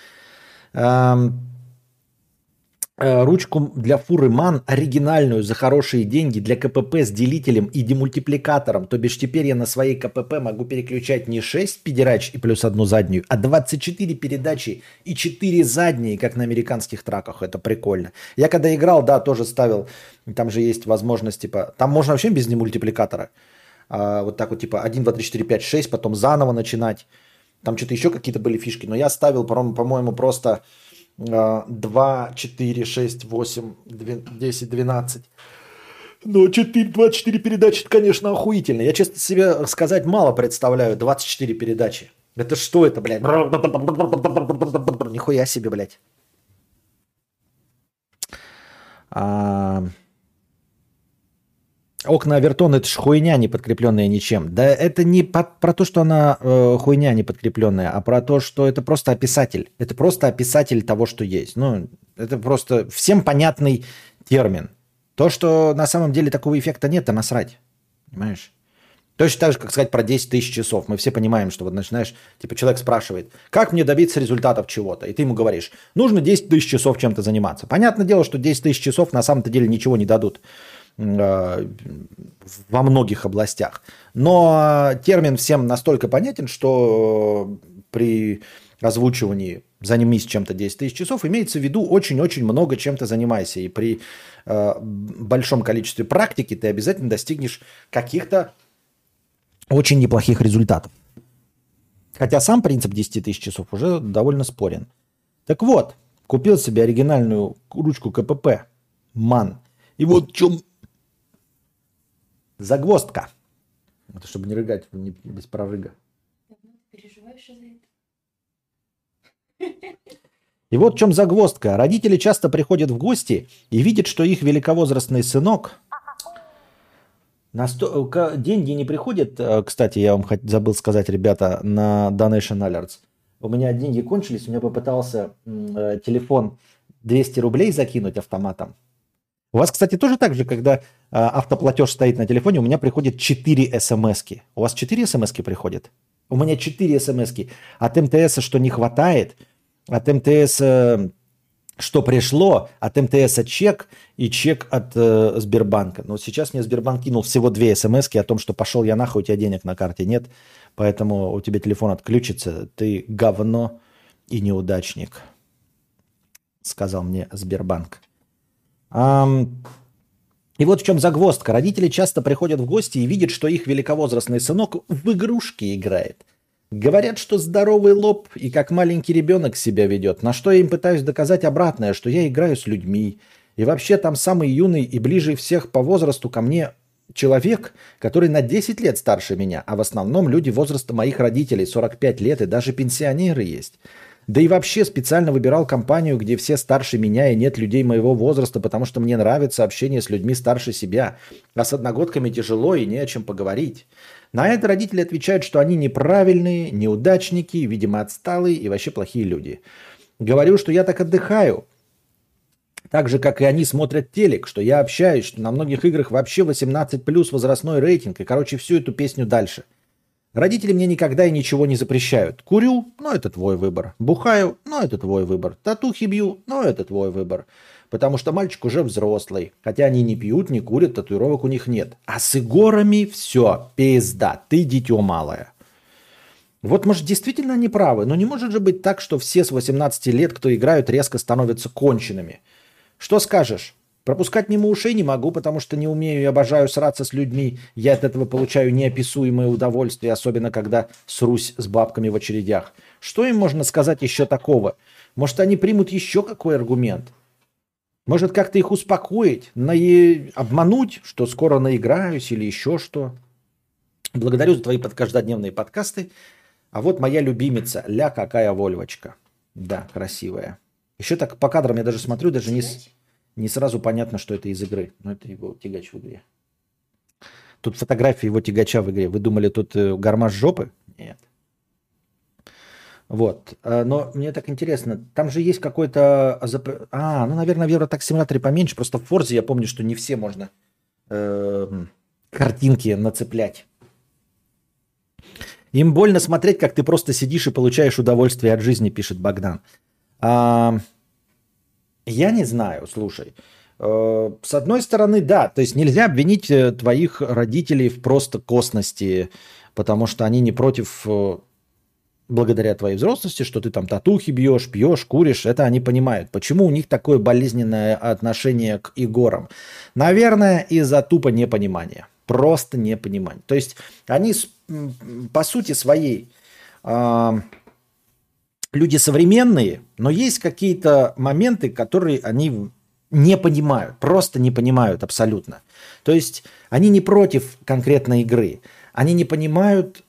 Ручку для фуры Ман оригинальную за хорошие деньги для КПП с делителем и демультипликатором. То бишь теперь я на своей КПП могу переключать не 6 педерач и плюс одну заднюю, а 24 передачи и 4 задние, как на американских траках. Это прикольно. Я когда играл, да, тоже ставил, там же есть возможность, типа, там можно вообще без демультипликатора. Вот так вот, типа 1, 2, 3, 4, 5, 6, потом заново начинать. Там что-то еще какие-то были фишки, но я ставил, по-моему, просто... 2, 4, 6, 8, 10, 12. Но 24 передачи, это, конечно, охуительно. Я, честно себе сказать, мало представляю 24 передачи. Это что это, блядь? Нихуя себе, блядь. Окна Авертон — это ж хуйня, не подкрепленная ничем. Да это не про то, что она хуйня не подкрепленная, а про то, что это просто описатель. Это просто описатель того, что есть. Ну, это просто всем понятный термин. То, что на самом деле такого эффекта нет, а насрать. Понимаешь? Точно так же, как сказать про 10 тысяч часов. Мы все понимаем, что вот начинаешь, типа человек спрашивает, как мне добиться результатов чего-то? И ты ему говоришь, нужно 10 тысяч часов чем-то заниматься. Понятное дело, что 10 тысяч часов на самом-то деле ничего не дадут во многих областях. Но термин всем настолько понятен, что при озвучивании «займись чем-то 10 тысяч часов» имеется в виду очень-очень много чем-то занимайся. И при большом количестве практики ты обязательно достигнешь каких-то очень неплохих результатов. Хотя сам принцип 10 тысяч часов уже довольно спорен. Так вот, купил себе оригинальную ручку КПП МАН. И вот в чем загвоздка. Это чтобы не рыгать без прорыга. Давно ты переживаешь из-за этого? И вот в чем загвоздка. Родители часто приходят в гости и видят, что их великовозрастный сынок... Деньги не приходят. Кстати, я вам забыл сказать, ребята, на Donation Alerts. У меня деньги кончились, у меня попытался телефон 200 рублей закинуть автоматом. У вас, кстати, тоже так же, когда автоплатеж стоит на телефоне, у меня приходит 4 смс-ки. У вас 4 смс-ки приходят? У меня 4 смс-ки. От МТС, что не хватает, от МТС, что пришло, от МТС чек и чек от Сбербанка. Но сейчас мне Сбербанк кинул всего 2 смс-ки о том, что пошел я нахуй, у тебя денег на карте нет, поэтому у тебя телефон отключится, ты говно и неудачник, сказал мне Сбербанк. И вот в чем загвоздка. Родители часто приходят в гости и видят, что их великовозрастный сынок в игрушки играет. Говорят, что здоровый лоб и как маленький ребенок себя ведет, на что я им пытаюсь доказать обратное, что я играю с людьми. И вообще там самый юный и ближе всех по возрасту ко мне человек, который на 10 лет старше меня, а в основном люди возраста моих родителей, 45 лет, и даже пенсионеры есть. Да и вообще специально выбирал компанию, где все старше меня и нет людей моего возраста, потому что мне нравится общение с людьми старше себя. А с одногодками тяжело и не о чем поговорить. На это родители отвечают, что они неправильные, неудачники, видимо, отсталые и вообще плохие люди. Говорю, что я так отдыхаю. Так же, как и они смотрят телек, что я общаюсь, что на многих играх вообще 18+ возрастной рейтинг. И, короче, всю эту песню дальше. Родители мне никогда и ничего не запрещают. Курю, но это твой выбор. Бухаю, но это твой выбор. Татухи бью, но это твой выбор. Потому что мальчик уже взрослый. Хотя они не пьют, не курят, татуировок у них нет. А с игорами все, пизда, ты дитё малое. Вот, может, действительно они правы, но не может же быть так, что все с 18 лет, кто играют, резко становятся конченными. Что скажешь? Пропускать мимо ушей не могу, потому что не умею и обожаю сраться с людьми. Я от этого получаю неописуемое удовольствие, особенно когда срусь с бабками в очередях. Что им можно сказать еще такого? Может, они примут еще какой аргумент? Может, как-то их успокоить, обмануть, что скоро наиграюсь или еще что? Благодарю за твои каждодневные подкасты. А вот моя любимица. Ля, какая Вольвочка. Да, красивая. Еще так по кадрам я даже смотрю, даже не сразу понятно, что это из игры. Но это его тягач в игре. Тут фотография его тягача в игре. Вы думали, тут гармаш жопы? Нет. Вот. Но мне так интересно. Там же есть какой-то... ну, наверное, в Евротак симуляторе поменьше. Просто в Форзе я помню, что не все можно картинки нацеплять. Им больно смотреть, как ты просто сидишь и получаешь удовольствие от жизни, пишет Богдан. Я не знаю, слушай. С одной стороны, да, то есть нельзя обвинить твоих родителей в просто косности, потому что они не против, благодаря твоей взрослости, что ты там татухи бьешь, пьешь, куришь, это они понимают. Почему у них такое болезненное отношение к игорам? Наверное, из-за тупо непонимания. Просто непонимание. То есть они по сути своей люди современные, но есть какие-то моменты, которые они не понимают, просто не понимают абсолютно. То есть они не против конкретной игры, они не понимают,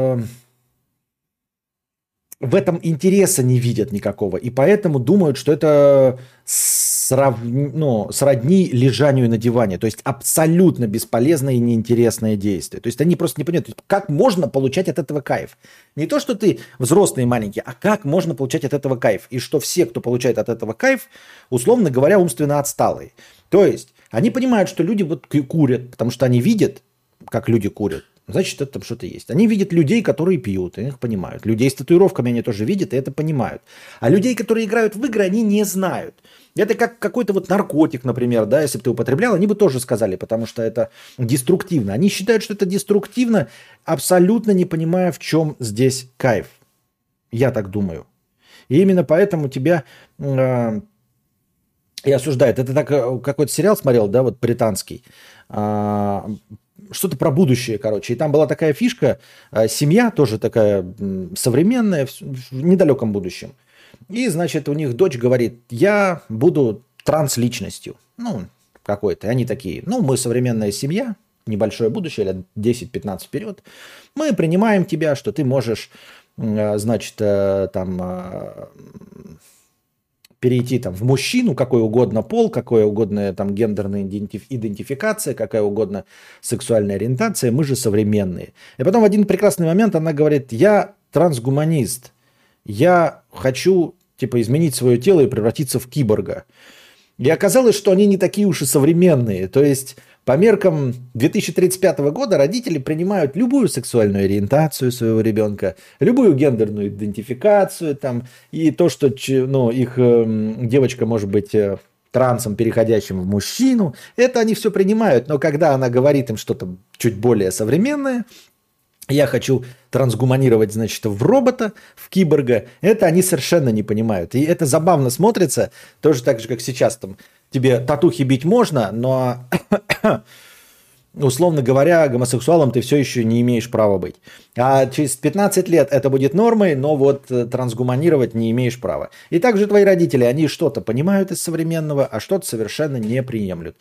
в этом интереса не видят никакого, и поэтому думают, что это сродни лежанию на диване, то есть абсолютно бесполезное и неинтересное действие. То есть они просто не понимают, как можно получать от этого кайф. Не то, что ты взрослый и маленький, а как можно получать от этого кайф. И что все, кто получает от этого кайф, условно говоря, умственно отсталые. То есть они понимают, что люди вот курят, потому что они видят, как люди курят. Значит, это там что-то есть. Они видят людей, которые пьют, и их понимают. Людей с татуировками они тоже видят, и это понимают. А людей, которые играют в игры, они не знают. Это как какой-то вот наркотик, например, да, если бы ты употреблял, они бы тоже сказали, потому что это деструктивно. Они считают, что это деструктивно, абсолютно не понимая, в чем здесь кайф. Я так думаю. И именно поэтому тебя и осуждают. Это так какой-то сериал смотрел, да, вот британский, что-то про будущее, короче. И там была такая фишка, семья тоже такая современная, в недалеком будущем. И, значит, у них дочь говорит, я буду трансличностью. Ну, какой-то. И они такие, мы современная семья, небольшое будущее, лет 10-15 вперед. Мы принимаем тебя, что ты можешь, значит, перейти там в мужчину, какой угодно пол, какое угодно там гендерная идентификация, какая угодно сексуальная ориентация, мы же современные. И потом в один прекрасный момент она говорит, я трансгуманист, я хочу типа изменить свое тело и превратиться в киборга. И оказалось, что они не такие уж и современные. То есть по меркам 2035 года родители принимают любую сексуальную ориентацию своего ребенка, любую гендерную идентификацию, там, и то, что их девочка может быть трансом, переходящим в мужчину, это они все принимают. Но когда она говорит им что-то чуть более современное, я хочу трансгуманировать, значит, в робота, в киборга, это они совершенно не понимают. И это забавно смотрится, тоже так же, как сейчас там. Тебе татухи бить можно, но, условно говоря, гомосексуалом ты все еще не имеешь права быть. А через 15 лет это будет нормой, но вот трансгуманировать не имеешь права. И также твои родители, они что-то понимают из современного, а что-то совершенно не приемлют.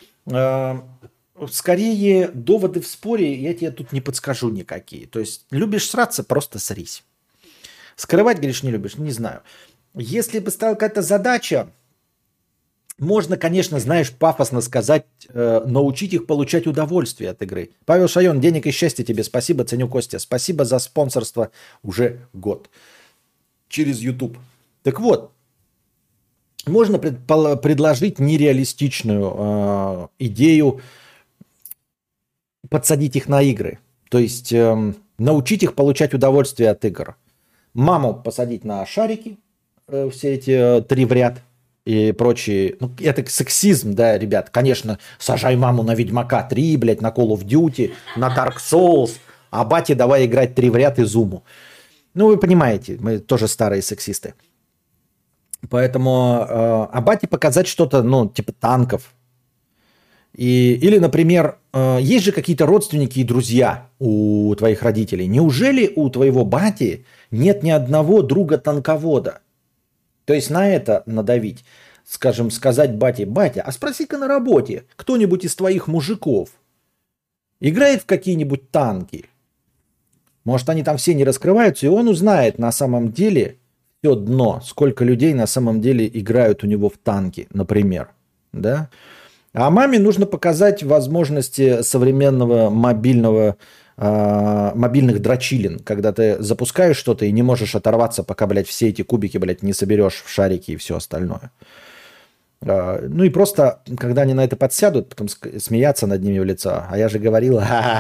Скорее, доводы в споре я тебе тут не подскажу никакие. То есть, любишь сраться, просто срись. Скрывать, говоришь, не любишь? Не знаю. Если бы стала какая-то задача, можно, конечно, знаешь, пафосно сказать, научить их получать удовольствие от игры. Павел Шайон, денег и счастья тебе. Спасибо, ценю, Костя. Спасибо за спонсорство уже год. Через YouTube. Так вот, можно предложить нереалистичную идею подсадить их на игры. То есть научить их получать удовольствие от игр. Маму посадить на шарики, все эти 3 в ряд и прочие. Ну, это сексизм, да, ребят. Конечно, сажай маму на Ведьмака 3, блядь, на Call of Duty, на Dark Souls, а бате давай играть 3 в ряд и Зуму. Ну, вы понимаете, мы тоже старые сексисты. Поэтому а бате показать что-то, ну, типа танков. Или, например, есть же какие-то родственники и друзья у твоих родителей. Неужели у твоего бати нет ни одного друга-танковода? То есть на это надавить, скажем, сказать бате, батя, а спроси-ка на работе, кто-нибудь из твоих мужиков играет в какие-нибудь танки? Может, они там все не раскрываются, и он узнает на самом деле все дно, сколько людей на самом деле играют у него в танки, например, да? А маме нужно показать возможности современного мобильных дрочилин, когда ты запускаешь что-то и не можешь оторваться, пока, блядь, все эти кубики, блядь, не соберешь в шарики и все остальное. Ну и просто, когда они на это подсядут, потом смеяться над ними в лицо. А я же говорил,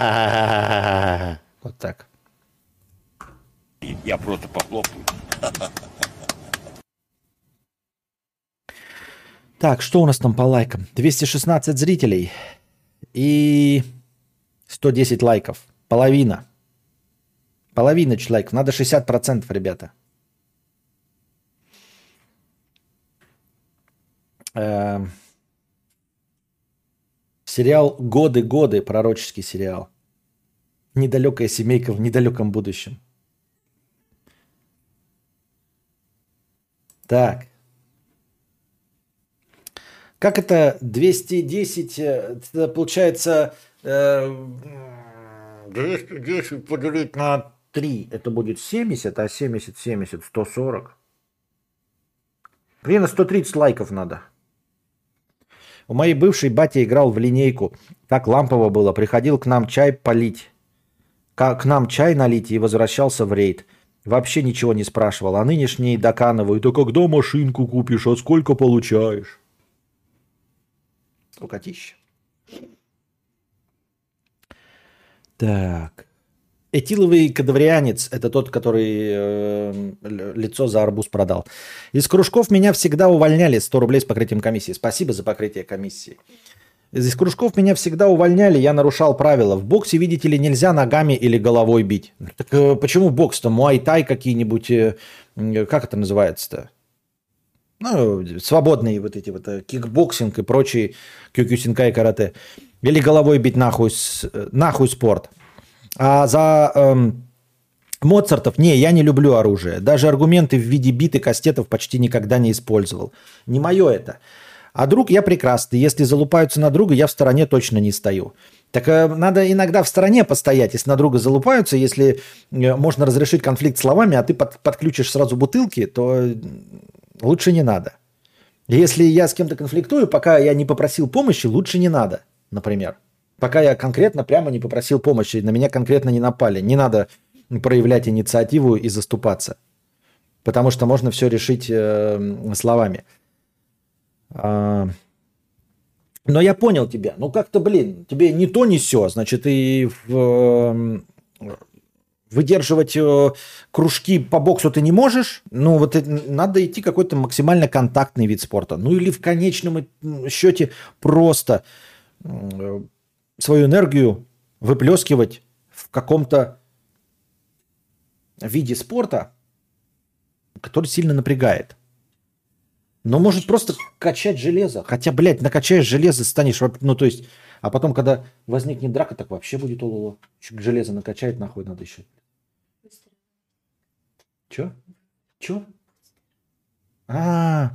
вот так. Я просто похлопаю. Так, что у нас там по лайкам? 216 зрителей и 110 лайков. Половина. Половина лайков. Надо 60%, ребята. Сериал «Годы-годы», пророческий сериал. Недалекая семейка в недалеком будущем. Так. Как это 210, это получается 210 поделить на 3, это будет 70, а 70, 70, 140. Примерно 130 лайков надо. У моей бывшей батя играл в линейку. Так лампово было. Приходил к нам чай полить. К нам чай налить и возвращался в рейд. Вообще ничего не спрашивал. А нынешние доканывают. А когда машинку купишь, а сколько получаешь? Скукотища. Так. Этиловый кадаврианец – это тот, который лицо за арбуз продал. Из кружков меня всегда увольняли. 100 рублей с покрытием комиссии. Спасибо за покрытие комиссии. Из кружков меня всегда увольняли, я нарушал правила. В боксе, видите ли, нельзя ногами или головой бить. Так почему бокс-то? Муай-тай какие-нибудь, как это называется-то? Ну, свободные вот эти вот кикбоксинг и прочие кюкюсинкай карате. Или головой бить нахуй спорт. А за Моцартов, не, я не люблю оружие. Даже аргументы в виде бит и кастетов почти никогда не использовал. Не мое это. А друг я прекрасный. Если залупаются на друга, я в стороне точно не стою. Так надо иногда в стороне постоять, если на друга залупаются. Если можно разрешить конфликт словами, а ты подключишь сразу бутылки, то лучше не надо. Если я с кем-то конфликтую, пока я не попросил помощи, лучше не надо, например. Пока я конкретно прямо не попросил помощи, на меня конкретно не напали. Не надо проявлять инициативу и заступаться. Потому что можно все решить словами. Но я понял тебя. Ну как-то, блин, тебе не то, не сё. Значит, и выдерживать кружки по боксу ты не можешь. Ну вот надо идти какой-то максимально контактный вид спорта. Ну или в конечном счете просто свою энергию выплескивать в каком-то виде спорта, который сильно напрягает. Но может просто качать железо. Хотя, блядь, накачаешь железо, станешь... Ну, то есть... А потом, когда возникнет драка, так вообще будет ололо. Железо накачает, нахуй надо еще. Чё? Чё?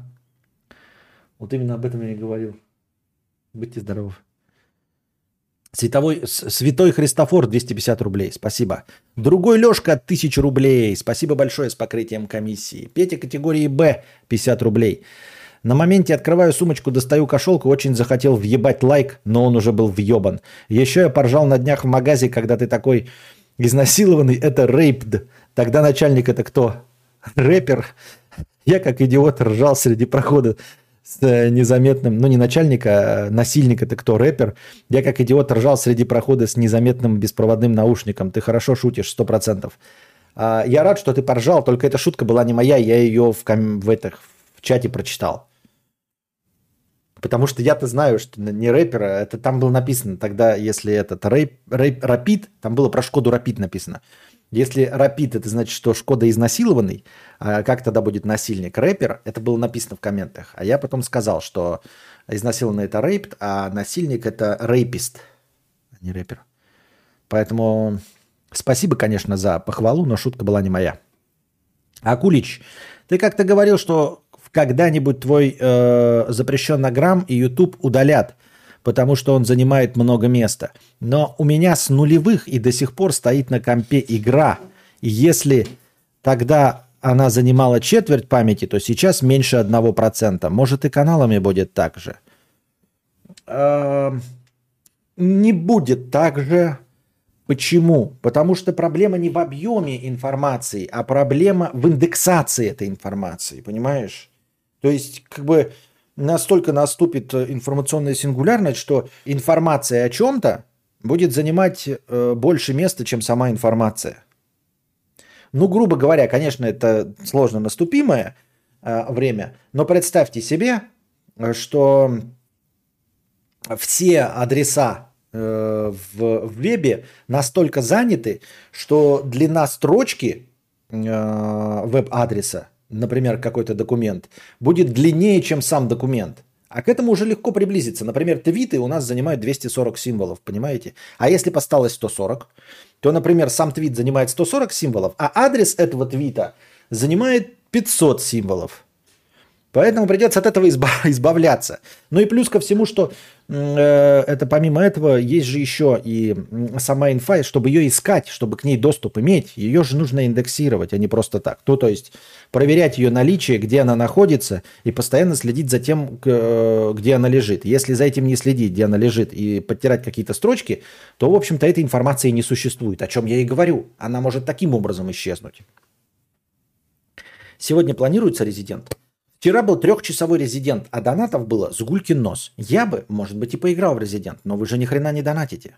Вот именно об этом я и говорил. Будьте здоровы. Святой Христофор 250 рублей. Спасибо. Другой Лешка 1000 рублей. Спасибо большое с покрытием комиссии. Петя категории Б 50 рублей. На моменте открываю сумочку, достаю кошелку, очень захотел въебать лайк, но он уже был въебан. Еще я поржал на днях в магазе, когда ты такой изнасилованный, это рейпд. Тогда начальник это кто? Рэпер. Я как идиот ржал среди прохода с незаметным, ну не начальник, а насильник это кто? Рэпер. Я как идиот ржал среди прохода с незаметным беспроводным наушником. Ты хорошо шутишь, 100%. Я рад, что ты поржал, только эта шутка была не моя, я ее в чате прочитал. Потому что я-то знаю, что не рэпера, это там было написано тогда, если этот Рапид, там было про Шкоду Рапид написано. Если Рапид, это значит, что Шкода изнасилованный, а как тогда будет насильник? Рэпер, это было написано в комментах. А я потом сказал, что изнасилованный это рейпт, а насильник это рейпист, а не рэпер. Поэтому спасибо, конечно, за похвалу, но шутка была не моя. Акулич, ты как-то говорил, что когда-нибудь твой запрещеннограмм и YouTube удалят, потому что он занимает много места. Но у меня с нулевых и до сих пор стоит на компе игра. И если тогда она занимала четверть памяти, то сейчас меньше 1%. Может и каналами будет так же. Не будет так же. Почему? Потому что проблема не в объеме информации, а проблема в индексации этой информации. Понимаешь? То есть, как бы настолько наступит информационная сингулярность, что информация о чем-то будет занимать больше места, чем сама информация. Ну, грубо говоря, конечно, это сложно наступимое время, но представьте себе, что все адреса в вебе настолько заняты, что длина строчки веб-адреса, например, какой-то документ, будет длиннее, чем сам документ. А к этому уже легко приблизиться. Например, твиты у нас занимают 240 символов, понимаете? А если бы осталось 140, то, например, сам твит занимает 140 символов, а адрес этого твита занимает 500 символов. Поэтому придется от этого избавляться. Ну и плюс ко всему, что это помимо этого есть же еще и сама инфа, чтобы ее искать, чтобы к ней доступ иметь, ее же нужно индексировать, а не просто так. Ну, то есть проверять ее наличие, где она находится, и постоянно следить за тем, где она лежит. Если за этим не следить, где она лежит, и подтирать какие-то строчки, то, в общем-то, этой информации не существует. О чем я и говорю. Она может таким образом исчезнуть. Сегодня планируется резидент. Вчера был 3-часовой резидент, а донатов было с гулькин нос. Я бы, может быть, и поиграл в резидент, но вы же ни хрена не донатите.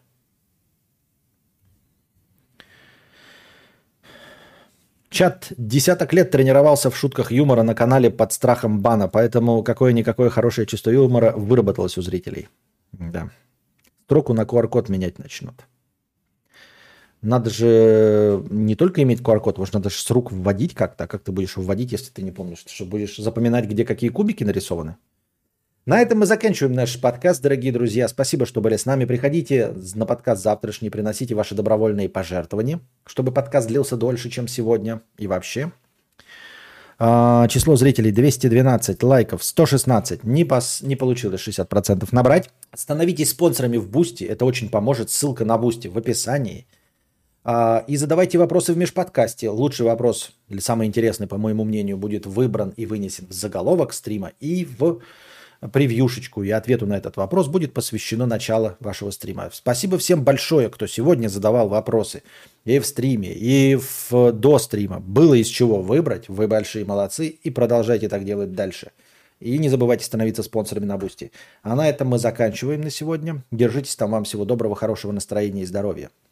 Чат десяток лет тренировался в шутках юмора на канале под страхом бана, поэтому какое-никакое хорошее чувство юмора выработалось у зрителей. Да. Строку на QR-код менять начнут. Надо же не только иметь QR-код, может, надо же с рук вводить как-то. А как ты будешь вводить, если ты не помнишь? Ты что, будешь запоминать, где какие кубики нарисованы? На этом мы заканчиваем наш подкаст, дорогие друзья. Спасибо, что были с нами. Приходите на подкаст завтрашний, приносите ваши добровольные пожертвования, чтобы подкаст длился дольше, чем сегодня. И вообще. Число зрителей 212, лайков 116. Не получилось 60% набрать. Становитесь спонсорами в Бусти. Это очень поможет. Ссылка на Бусти в описании. И задавайте вопросы в межподкасте. Лучший вопрос, или самый интересный, по моему мнению, будет выбран и вынесен в заголовок стрима и в превьюшечку. И ответу на этот вопрос будет посвящено начало вашего стрима. Спасибо всем большое, кто сегодня задавал вопросы и в стриме, и до стрима. Было из чего выбрать. Вы большие молодцы. И продолжайте так делать дальше. И не забывайте становиться спонсорами на Бусти. А на этом мы заканчиваем на сегодня. Держитесь там. Вам всего доброго, хорошего настроения и здоровья.